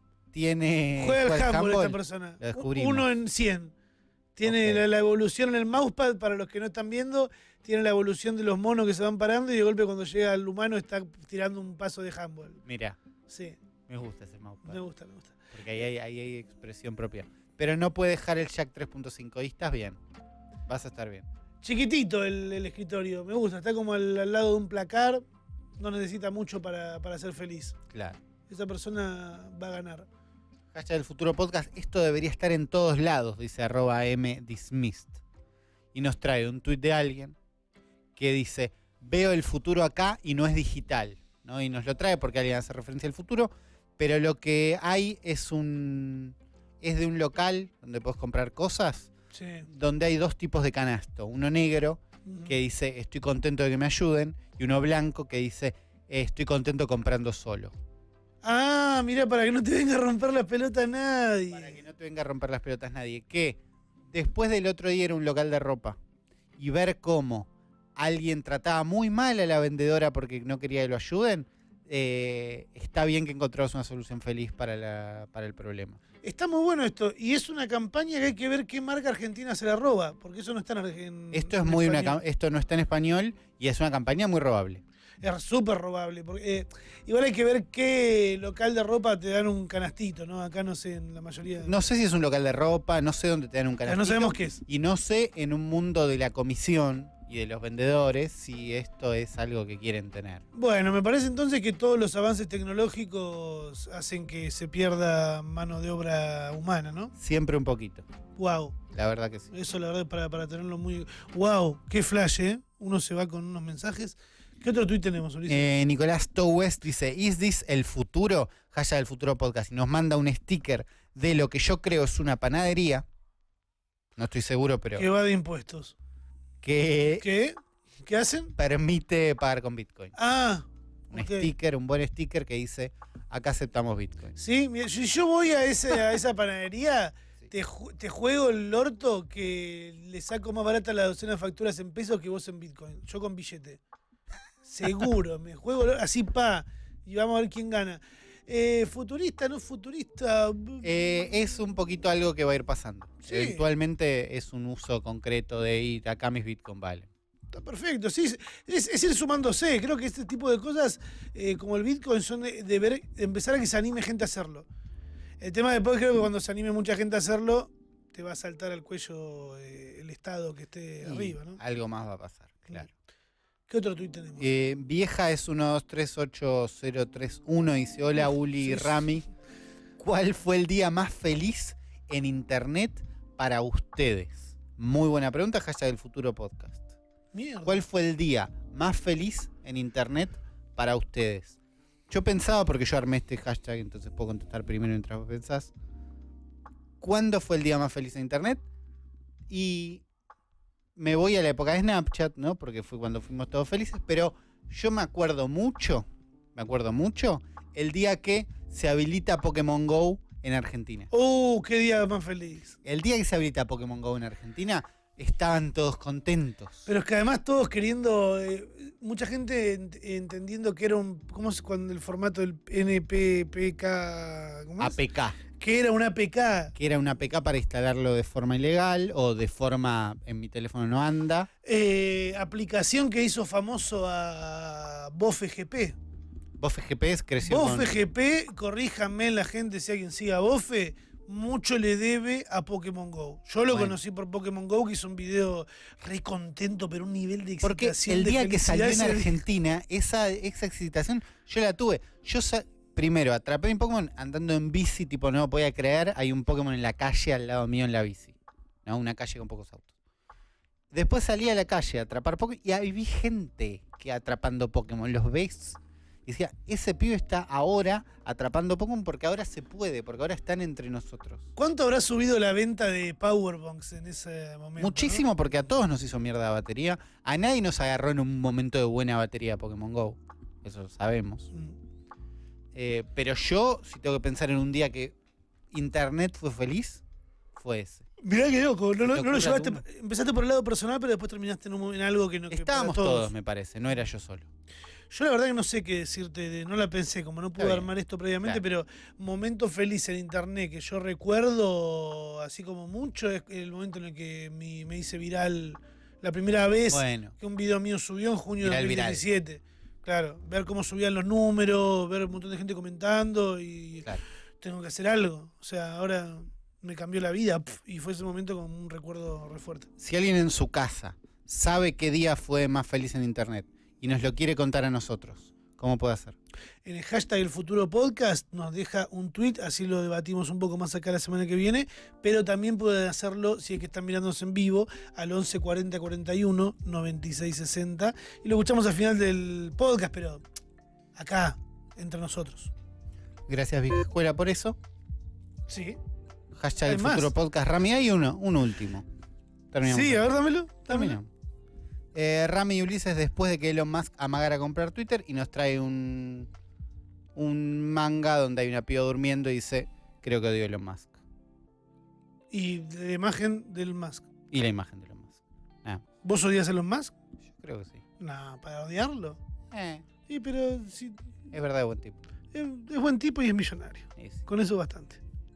Juega Juega al handball esta handball. persona. Lo descubrimos. 1 en 100. Tiene Ok. la evolución en el mousepad, para los que no están viendo, tiene la evolución de los monos que se van parando y de golpe cuando llega al humano está tirando un paso de handball. Mira, Sí, me gusta ese mousepad. me gusta, me gusta. Porque ahí hay expresión propia. Pero no puede dejar el jack 3.5 y estás bien. Vas a estar bien. Chiquitito el escritorio, me gusta. Está como al lado de un placar. No necesita mucho para ser feliz. Claro. Esa persona va a ganar. Hashtag del Futuro Podcast. Esto debería estar en todos lados, dice @mdismissed. Y nos trae un tuit de alguien que dice, veo el futuro acá y no es digital, ¿no? Y nos lo trae porque alguien hace referencia al futuro, pero lo que hay es de un local donde puedes comprar cosas, Sí. donde hay dos tipos de canasto. Uno negro, Ujú. que dice, estoy contento de que me ayuden, y uno blanco que dice, estoy contento comprando solo. Ah, mira, para que no te venga a romper la pelota nadie. Para que no te venga a romper las pelotas nadie. Que después del otro día era un local de ropa y ver cómo alguien trataba muy mal a la vendedora porque no quería que lo ayuden, está bien que encontramos una solución feliz para el problema. Está muy bueno esto. Y es una campaña que hay que ver qué marca argentina se la roba. Porque eso no está en Esto es en muy español. esto no está en español y es una campaña muy robable. Es súper robable. Porque, igual hay que ver qué local de ropa te dan un canastito, ¿no? Acá no sé, en la mayoría. No sé si es un local de ropa, no sé dónde te dan un canastito. no sabemos qué es. Y no sé en un mundo de la comisión y de los vendedores si esto es algo que quieren tener. Bueno, me parece entonces que todos los avances tecnológicos hacen que se pierda mano de obra humana, ¿no? Siempre un poquito, Wow. la verdad que sí. Eso la verdad para tenerlo muy... Wow, qué flash, ¿eh? Uno se va con unos mensajes. ¿Qué otro tuit tenemos, Ulises? Nicolás Towes dice, ¿Is this el futuro? Hashtag del Futuro Podcast. Y nos manda un sticker de lo que yo creo es una panadería. No estoy seguro, pero Que va de impuestos. que ¿Qué? ¿Qué hacen? permite pagar con Bitcoin. Ah, Un ok. sticker, un buen sticker que dice, acá aceptamos Bitcoin. Sí, mira, si yo voy a esa panadería, Sí. te juego el orto que le saco más barata la docena de facturas en pesos que vos en Bitcoin. Yo con billete. Seguro, me juego así y vamos a ver quién gana. Futurista, no futurista. Es un poquito algo que va a ir pasando. Sí. Eventualmente es un uso concreto de ir acá mis Bitcoin valen. Está perfecto, sí, es ir sumándose. Creo que este tipo de cosas, como el Bitcoin, son de empezar a que se anime gente a hacerlo. El tema después creo que cuando se anime mucha gente a hacerlo, te va a saltar al cuello el Estado que esté Y arriba, ¿no? algo más va a pasar, claro. ¿Qué otro tuit tenemos? Vieja es 1238031 dice, hola Uli y Sí. Rami. ¿Cuál fue el día más feliz en internet para ustedes? Muy buena pregunta, hashtag del Futuro Podcast. Mierda. ¿Cuál fue el día más feliz en internet para ustedes? Yo pensaba, porque yo armé este hashtag, entonces puedo contestar primero mientras vos pensás. ¿Cuándo fue el día más feliz en internet? Y me voy a la época de Snapchat, ¿no? Porque fue cuando fuimos todos felices, pero yo me acuerdo mucho, el día que se habilita Pokémon GO en Argentina. Qué día más feliz. El día que se habilita Pokémon GO en Argentina, estaban todos contentos. Pero es que además todos queriendo, mucha gente entendiendo que era ¿cómo es cuando el formato del NPPK? ¿Cómo es? APK. Que era una APK. que era una APK para instalarlo de forma ilegal o de forma en mi teléfono no anda. Aplicación que hizo famoso a BofeGP. BofeGP creció con... BofeGP, corríjanme la gente si alguien sigue a Bofe, mucho le debe a Pokémon GO. Yo lo Bueno. conocí por Pokémon GO, que hizo un video re contento, pero un nivel de Porque excitación. el de día que salió felicidad en ese día. Argentina, esa excitación, yo la tuve. Primero, atrapé mi Pokémon andando en bici, tipo, no podía creer, hay un Pokémon en la calle al lado mío en la bici. ¿No? Una calle con pocos autos. Después salí a la calle a atrapar Pokémon y ahí vi gente que atrapando Pokémon. Los ves y decía, ese pibe está ahora atrapando Pokémon porque ahora se puede, porque ahora están entre nosotros. ¿Cuánto habrá subido la venta de Powerbanks en ese momento? Muchísimo, porque a todos nos hizo mierda la batería. A nadie nos agarró en un momento de buena batería Pokémon GO. Eso lo sabemos. ¿no? Pero yo, si tengo que pensar en un día que internet fue feliz, fue ese. Mirá que loco, no lo Locura llevaste. alguna. Empezaste por el lado personal, pero después terminaste en algo que no. que Estábamos para todos, me parece, no era yo solo. Yo la verdad que no sé qué decirte, no la pensé, como no pude Está bien. armar esto previamente, Claro. pero momento feliz en internet que yo recuerdo, así como mucho, es el momento en el que me hice viral la primera vez Bueno, que un video mío subió en junio de Viral, 2017. Claro, ver cómo subían los números, ver un montón de gente comentando y claro. tengo que hacer algo. O sea, ahora me cambió la vida y fue ese momento como un recuerdo re fuerte. Si alguien en su casa sabe qué día fue más feliz en internet y nos lo quiere contar a nosotros, ¿cómo puede hacer? En el hashtag El Futuro Podcast nos deja un tweet, así lo debatimos un poco más acá la semana que viene, pero también pueden hacerlo si es que están mirándonos en vivo al 11 40 41 96 60 y lo escuchamos al final del podcast, pero acá, entre nosotros. Gracias, Vieja Escuela, por eso. Sí. Hashtag Hay El más. Futuro Podcast. Rami, hay un último. Terminamos. Sí, a ver, dámelo. Terminamos. Rami y Ulises, después de que Elon Musk amagara comprar Twitter, y nos trae un manga donde hay una piba durmiendo y dice, creo que odio a Elon Musk. Y la imagen del Musk. Y la imagen de Elon Musk. ¿Vos odias a Elon Musk? Yo creo que sí. No, para odiarlo. Sí, pero sí, Es verdad, buen tipo. es buen tipo y es millonario. Sí, sí. Con eso bastante.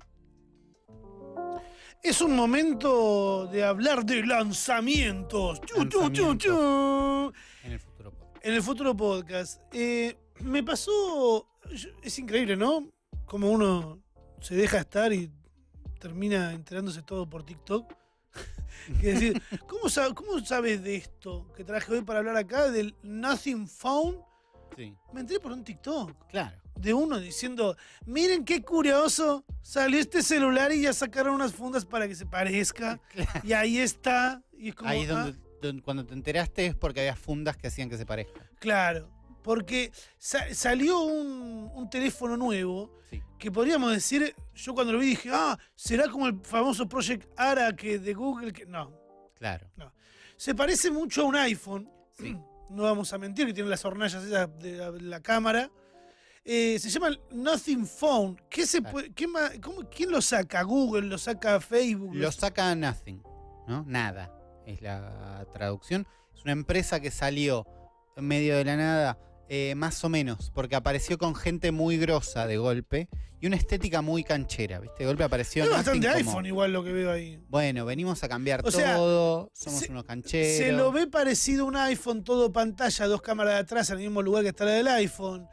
Es un momento de hablar de lanzamientos. Lanzamientos. En el Futuro Podcast. En el Futuro Podcast. Me pasó. Es increíble, ¿no? Como uno se deja estar y termina enterándose todo por TikTok. Que decir, ¿cómo sabes de esto que traje hoy para hablar acá? Del Nothing Found. Sí, Me enteré por un TikTok. claro. De uno diciendo, miren qué curioso, salió este celular y ya sacaron unas fundas para que se parezca. Y ahí está. Y es como, Ahí es donde cuando te enteraste es porque había fundas que hacían que se parezcan. claro, porque salió un teléfono nuevo Sí. que podríamos decir, yo cuando lo vi dije, será como el famoso Project Ara que de Google. No, Claro. se parece mucho a un iPhone. Sí. No vamos a mentir, que tiene las hornallas esas de la cámara. Se llama Nothing Phone. ¿Qué se Claro. puede, ¿Quién lo saca? ¿Google? ¿Lo saca Facebook? Lo saca Nothing, ¿no? Nada es la traducción. Es una empresa que salió en medio de la nada, más o menos, porque apareció con gente muy grosa de golpe y una estética muy canchera, ¿viste? De golpe apareció Es Nothing bastante como, iPhone igual lo que veo ahí. bueno, venimos a cambiar O sea, todo, somos se- unos cancheros. Se lo ve parecido a un iPhone, todo pantalla, dos cámaras de atrás en el mismo lugar que está la del iPhone.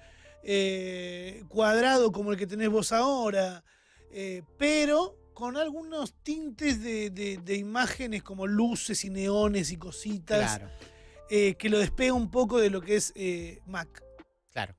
Cuadrado como el que tenés vos ahora. Pero con algunos tintes de imágenes como luces y neones y cositas. Claro, Que lo despega un poco de lo que es Mac. claro.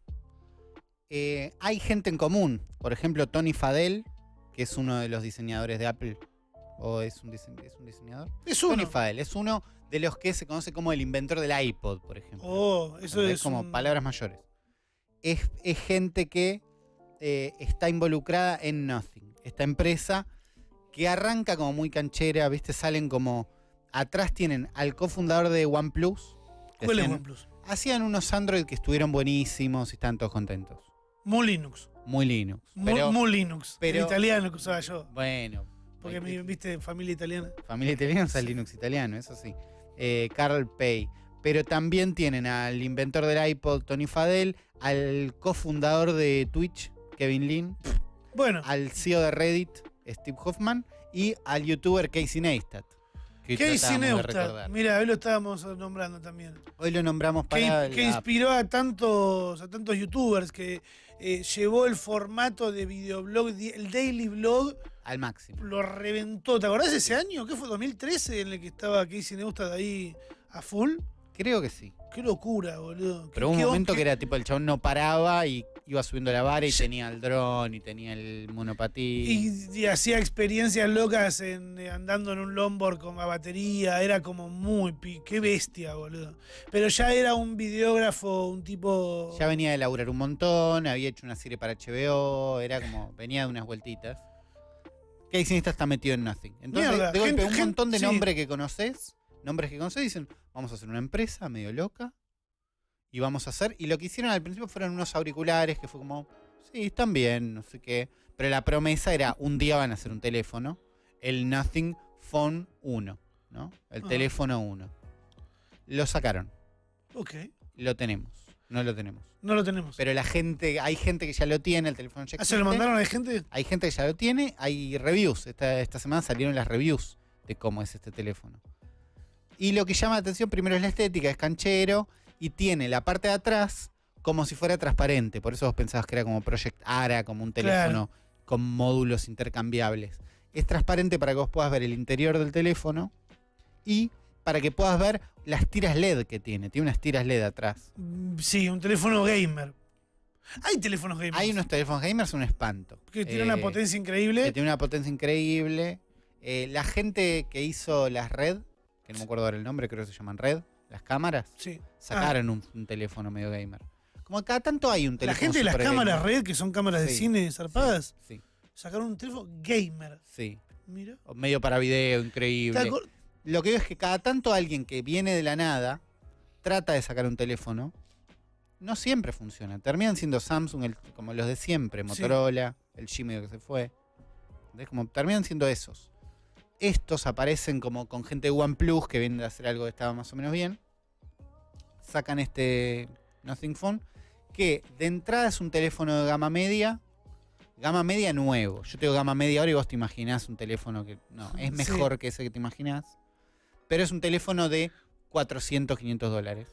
Hay gente en común, por ejemplo, Tony Fadell, que es uno de los diseñadores de Apple. ¿O es un diseñador? Es Tony uno. Fadell es uno de los que se conoce como el inventor del iPod, por ejemplo. Oh, eso ¿Entendés? es como un- palabras mayores. Es gente que está involucrada en Nothing. Esta empresa que arranca como muy canchera, ¿viste? Salen como... Atrás tienen al cofundador de OnePlus. que ¿Cuál es hacían- OnePlus? Hacían unos Android que estuvieron buenísimos y están todos contentos. Mu Linux. Muy Linux. Pero, Mu Linux. pero- El italiano que usaba yo. bueno. Porque viste, familia italiana. Familia italiana usa Linux italiano, eso sí. Carl Pei. Pero también tienen al inventor del iPod, Tony Fadell, al cofundador de Twitch, Kevin Lin, Bueno, al CEO de Reddit, Steve Hoffman, y al youtuber Casey Neistat. Que Casey tratábamos de Neistat. recordar. Mira, hoy lo estábamos nombrando también. Hoy lo nombramos para Que inspiró a tantos youtubers, que llevó el formato de videoblog, el daily blog, al máximo. lo reventó. ¿Te acordás de ese año? ¿Qué fue? ¿2013 en el que estaba Casey Neistat ahí a full? Creo que sí. Qué locura, boludo. Pero hubo un Qué- momento qué- que era tipo el chabón no paraba y iba subiendo la vara y tenía el dron y tenía el monopatín. Y hacía experiencias locas andando en un longboard con la batería. Era como qué bestia, boludo. Pero ya era un videógrafo, un tipo. Ya venía de laburar un montón, había hecho una serie para HBO, era como, venía de unas vueltitas. Casey Neistat está metido en Nothing. Entonces, Mierda, de golpe, gente- un montón de sí. nombres que conoces, dicen, vamos a hacer una empresa medio loca y vamos a hacer. Y lo que hicieron al principio fueron unos auriculares que fue como, sí, están bien, no sé qué. Pero la promesa era, un día van a hacer un teléfono, el Nothing Phone 1, ¿no? El Ah. teléfono 1. Lo sacaron, Ok, lo tenemos, no lo tenemos. no lo tenemos. Pero hay gente que ya lo tiene, el teléfono ya ¿Ah, se lo existe. mandaron a gente? Hay gente que ya lo tiene, hay reviews. Esta semana salieron las reviews de cómo es este teléfono. Y lo que llama la atención primero es la estética, es canchero y tiene la parte de atrás como si fuera transparente. Por eso vos pensabas que era como Project Ara, como un teléfono con módulos intercambiables. Es transparente para que vos puedas ver el interior del teléfono y para que puedas ver las tiras LED que tiene. Tiene unas tiras LED atrás. Sí, un teléfono gamer. Hay teléfonos gamers. Hay unos teléfonos gamers, un espanto. que tienen una potencia increíble. Que tiene una potencia increíble. La gente que hizo las Red, que no me acuerdo ahora el nombre, creo que se llaman Red, las cámaras, Sí. sacaron un teléfono medio gamer. Como cada tanto hay un La teléfono. gente de las super cámaras gamer. red, que son cámaras de Sí, cine zarpadas, Sí, sacaron un teléfono gamer. sí. Mira. O medio para video, ¿Te increíble. acor- Lo que veo es que cada tanto alguien que viene de la nada trata de sacar un teléfono. No siempre funciona. Terminan siendo Samsung, como los de siempre, Motorola, el G medio que se fue. ¿Entendés? Como terminan siendo esos. Estos aparecen como con gente de OnePlus que viene de hacer algo que estaba más o menos bien. Sacan este Nothing Phone, que de entrada es un teléfono de gama media nuevo. Yo te digo gama media ahora y vos te imaginás un teléfono que no, es Sí. mejor que ese que te imaginás. Pero es un teléfono de 400, 500 dólares.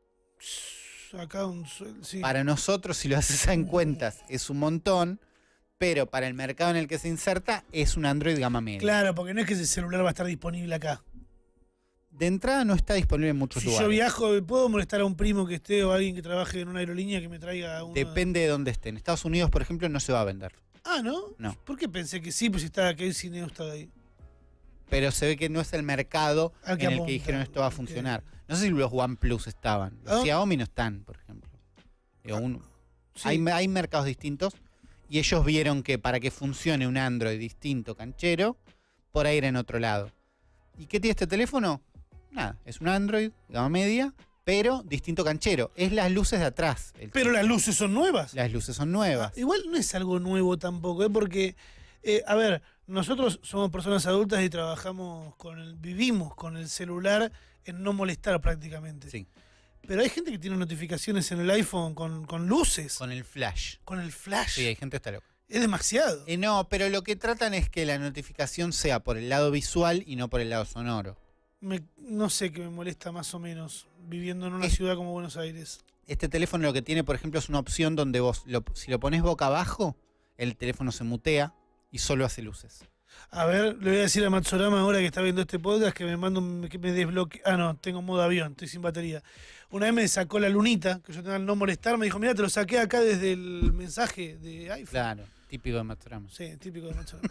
Acá sí. Para nosotros, si lo haces en cuentas, es un montón, pero para el mercado en el que se inserta, es un Android gama media. Claro, porque no es que ese celular va a estar disponible acá. De entrada no está disponible en muchos Si lugares. yo viajo, ¿puedo molestar a un primo que esté o a alguien que trabaje en una aerolínea que me traiga uno? Depende de dónde esté. En Estados Unidos, por ejemplo, no se va a vender. Ah, ¿no? No. ¿Por qué pensé que sí? Pues está Casey Neistat ahí. Pero se ve que no es el mercado Al que en el apunta. que dijeron esto va a Ok. funcionar. No sé si los OnePlus estaban. Los Ah. Xiaomi no están, por ejemplo. Digo, Sí. hay mercados distintos y ellos vieron que para que funcione un Android distinto, canchero, por ahí era en otro lado. ¿Y qué tiene este teléfono? Nada, es un Android, gama media, pero distinto canchero. Es las luces de atrás. Pero las luces son nuevas. Las luces son nuevas. Igual no es algo nuevo tampoco, porque, a ver, nosotros somos personas adultas y trabajamos vivimos con el celular en no molestar prácticamente. Sí, Pero hay gente que tiene notificaciones en el iPhone con luces, con el flash. con el flash. Sí, hay gente que está loca. Es demasiado. No, pero lo que tratan es que la notificación sea por el lado visual y no por el lado sonoro. No sé qué me molesta más o menos viviendo en una Es- ciudad como Buenos Aires. Este teléfono lo que tiene, por ejemplo, es una opción donde vos, si lo pones boca abajo, el teléfono se mutea y solo hace luces. A ver, le voy a decir a Matsurama ahora que está viendo este podcast que que me desbloquee. Ah, no, tengo modo avión, estoy sin batería. Una vez me sacó la lunita, que yo tenía el no molestar, me dijo, mira, te lo saqué acá desde el mensaje de iPhone. Claro, típico de Matsurama. Sí, típico de Matsurama.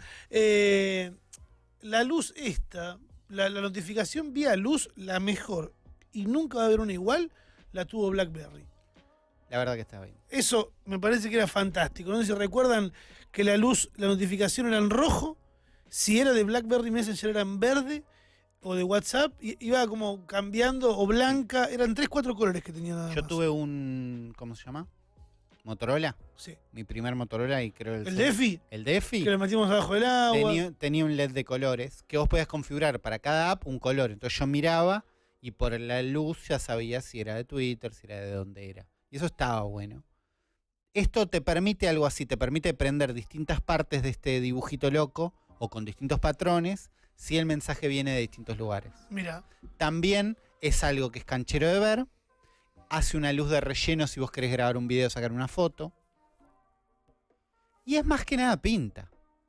La luz esta, la notificación vía luz, la mejor, y nunca va a haber una igual, la tuvo BlackBerry. La verdad que está bien. Eso me parece que era fantástico. No sé si recuerdan que la notificación era en rojo, si era de BlackBerry Messenger era en verde, o de WhatsApp, iba como cambiando, o blanca, eran 3-4 colores que tenía nada Yo más. tuve un, ¿cómo se llama? Motorola. Sí. Mi primer Motorola y creo ¿El DeFi? El DeFi. Que lo metimos abajo del agua. Tenía un LED de colores que vos podías configurar para cada app un color. Entonces yo miraba y por la luz ya sabía si era de Twitter, si era de dónde era. Y eso estaba bueno. Esto te permite algo así, te permite prender distintas partes de este dibujito loco o con distintos patrones si el mensaje viene de distintos lugares. Mira. También es algo que es canchero de ver. Hace una luz de relleno si vos querés grabar un video o sacar una foto. Y es más que nada pinta.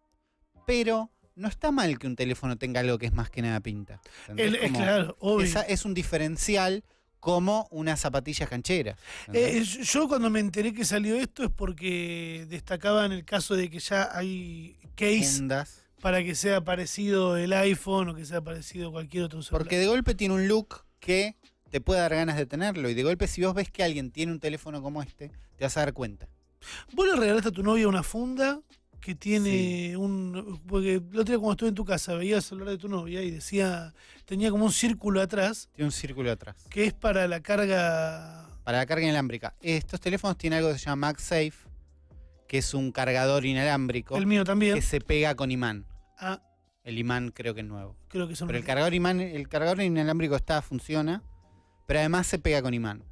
Pero no está mal que un teléfono tenga algo que es más que nada pinta. Es claro, obvio. Es un diferencial como unas zapatillas cancheras. Yo cuando me enteré que salió esto es porque destacaban el caso de que ya hay case Fundas. para que sea parecido el iPhone o que sea parecido cualquier otro celular. Porque de golpe tiene un look que te puede dar ganas de tenerlo. Y de golpe si vos ves que alguien tiene un teléfono como este, te vas a dar cuenta. ¿Vos le regalaste a tu novia una funda que tiene Sí. porque el otro día cuando estuve en tu casa veía el celular de tu novia y tenía como un círculo atrás Tiene un círculo atrás. que es para la carga. Para la carga inalámbrica. Estos teléfonos tienen algo que se llama MagSafe, que es un cargador inalámbrico El mío también. que se pega con imán. Ah, El imán creo que es nuevo. creo que son. Pero el cargador inalámbrico funciona, pero además se pega con imán.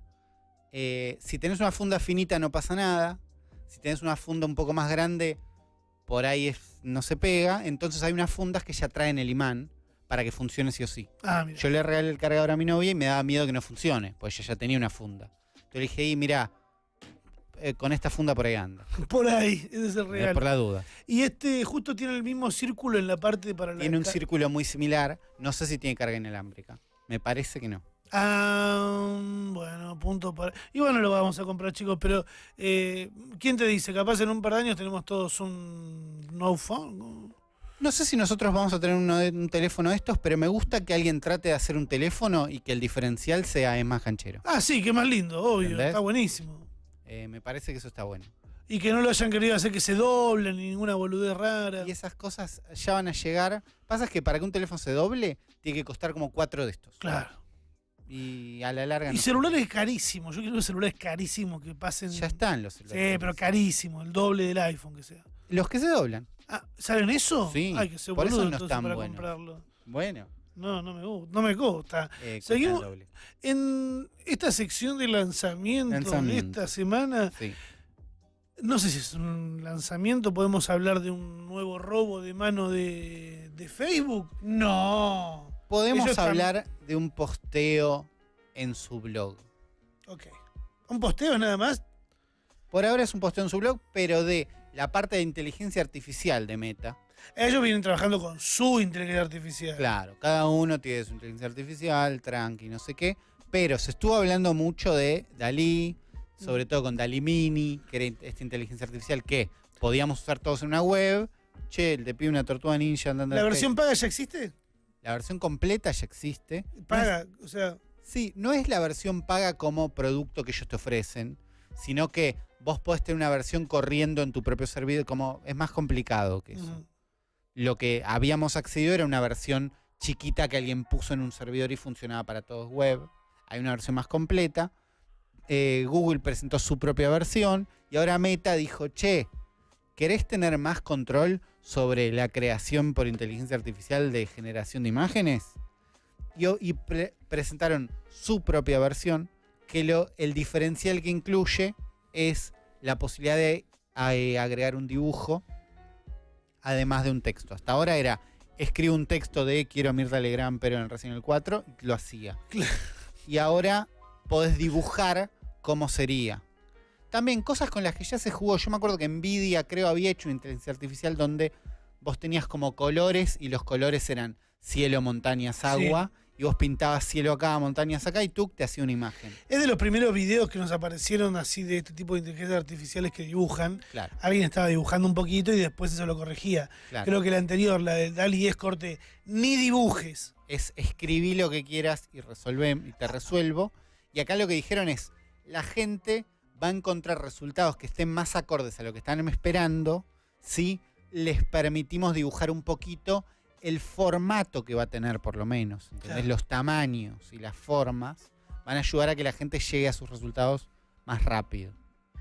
Si tenés una funda finita no pasa nada. Si tenés una funda un poco más grande, por ahí no se pega. Entonces hay unas fundas que ya traen el imán para que funcione sí o sí. Ah, mira. Yo le regalé el cargador a mi novia y me daba miedo que no funcione, pues ella ya tenía una funda. Entonces le dije, mirá, con esta funda por ahí anda. Por ahí, ese es el regalo. Por la duda. Y justo tiene el mismo círculo en la parte para la. Tiene un círculo muy similar. No sé si tiene carga inalámbrica. Me parece que no. Ah, bueno, punto para. Y bueno, lo vamos a comprar, chicos, pero ¿quién te dice? Capaz en un par de años tenemos todos un no phone. No sé si nosotros vamos a tener un teléfono de estos, pero me gusta que alguien trate de hacer un teléfono y que el diferencial sea es más canchero. Ah, sí, que más lindo, obvio, ¿Entendés? está buenísimo. Me parece que eso está bueno. Y que no lo hayan querido hacer que se doblen ni ninguna boludez rara. Y esas cosas ya van a llegar. Pasa que para que un teléfono se doble, tiene que costar como 4 de estos. Claro. Y a la larga Y no. celulares carísimos. Yo quiero celulares carísimos que pasen. Ya están los Sí, celulares. pero carísimo, el doble del iPhone que sea. Los que se doblan. Ah, ¿saben eso? Sí, Ay, que se por eso boludo no entonces están para buenos. comprarlo. Bueno. No me gusta. No me gusta. Cuestan Seguimos- doble. En esta sección de lanzamiento de esta semana, Sí. no sé si es un lanzamiento, podemos hablar de un nuevo robo de mano de Facebook. No. Podemos Ellos están- hablar de un posteo en su blog. Ok. ¿Un posteo nada más? Por ahora es un posteo en su blog, pero de la parte de inteligencia artificial de Meta. Ellos vienen trabajando con su inteligencia artificial. Claro, cada uno tiene su inteligencia artificial, tranqui, no sé qué. Pero se estuvo hablando mucho de DALL-E, sobre todo con DALL-E Mini, que era esta inteligencia artificial que podíamos usar todos en una web. Che, te pide una tortuga ninja andando. ¿La versión paga ya existe? La versión completa ya existe. Paga, o sea, Sí, no es la versión paga como producto que ellos te ofrecen, sino que vos podés tener una versión corriendo en tu propio servidor, como es más complicado que eso. ujú. Lo que habíamos accedido era una versión chiquita que alguien puso en un servidor y funcionaba para todos web. Hay una versión más completa. Google presentó su propia versión y ahora Meta dijo, che, ¿querés tener más control sobre la creación por inteligencia artificial de generación de imágenes? Y presentaron su propia versión, que el diferencial que incluye es la posibilidad de agregar un dibujo además de un texto. Hasta ahora era, escribo un texto de quiero a Mirta Legrand pero en el Resident Evil 4, y lo hacía. Y ahora podés dibujar cómo sería. También cosas con las que ya se jugó. Yo me acuerdo que Nvidia creo había hecho una inteligencia artificial donde vos tenías como colores y los colores eran cielo, montañas, agua. Y vos pintabas cielo acá, montañas acá y tú te hacía una imagen. Es de los primeros videos que nos aparecieron así de este tipo de inteligencias artificiales que dibujan. Claro, Alguien estaba dibujando un poquito y después eso lo corregía. claro. Creo que la anterior, la de DALL-E, es corte, ni dibujes. Es escribí lo que quieras y te resuelvo. Y acá lo que dijeron es, la gente va a encontrar resultados que estén más acordes a lo que están esperando si les permitimos dibujar un poquito el formato que va a tener por lo menos. ¿Entendés? Claro. Los tamaños y las formas van a ayudar a que la gente llegue a sus resultados más rápido.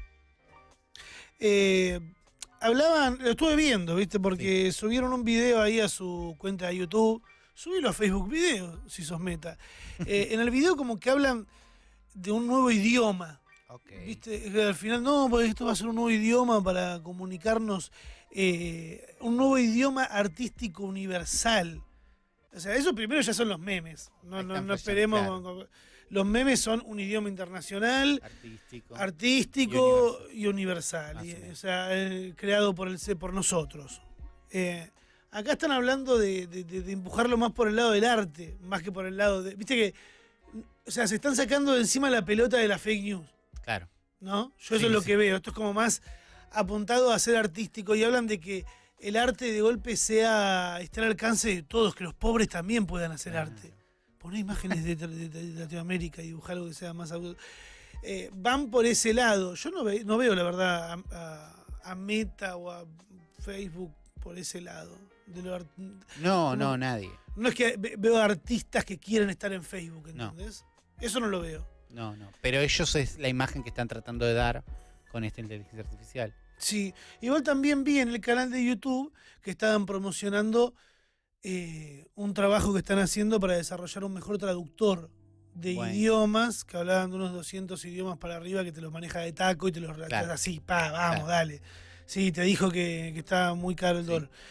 Lo estuve viendo, ¿viste? Porque subieron un video ahí a su cuenta de YouTube. Subilo a Facebook Video, si sos Meta. En el video como que hablan de un nuevo idioma. Ok. ¿Viste? Que al final, no, porque esto va a ser un nuevo idioma para comunicarnos, un nuevo idioma artístico universal. O sea, eso primero ya son los memes. No, Ahí no, están no flasheando, esperemos. claro. Los memes son un idioma internacional, Artístico. artístico y universal. Más o Y, menos. o sea, creado por nosotros. Acá están hablando de empujarlo más por el lado del arte, más que por el lado de. Viste que. O sea, se están sacando de encima la pelota de la fake news, Claro. ¿no? Yo eso Sí, es lo sí. que veo. Esto es como más apuntado a ser artístico y hablan de que el arte de golpe esté al alcance de todos, que los pobres también puedan hacer Claro. arte. Poner imágenes de Latinoamérica y dibujar algo que sea más. Van por ese lado. Yo no veo, la verdad, a Meta o a Facebook por ese lado. No, ¿Cómo? nadie. No es que veo artistas que quieren estar en Facebook, No. ¿entendés? Eso no lo veo. No. Pero ellos es la imagen que están tratando de dar con esta inteligencia artificial. Sí, igual también vi en el canal de YouTube que estaban promocionando un trabajo que están haciendo para desarrollar un mejor traductor de Bueno. idiomas, que hablaban de unos 200 idiomas para arriba, que te los maneja de taco y te los redactas Claro. así, vamos, Claro. dale. Sí, te dijo que está muy caro el Sí. dólar.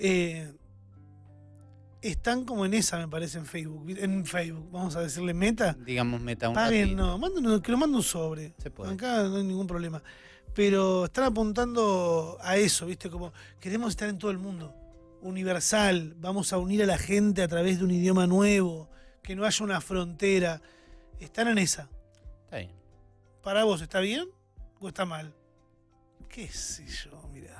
Están como en esa, me parece, en Facebook, vamos a decirle Meta. Digamos, meta un Paguen, ratito. no, que lo mande un sobre. Se puede. Acá no hay ningún problema. Pero están apuntando a eso, ¿viste? Como queremos estar en todo el mundo. Universal, vamos a unir a la gente a través de un idioma nuevo, que no haya una frontera. Están en esa. Está bien. ¿Para vos está bien o está mal? ¿Qué sé yo? Mirá.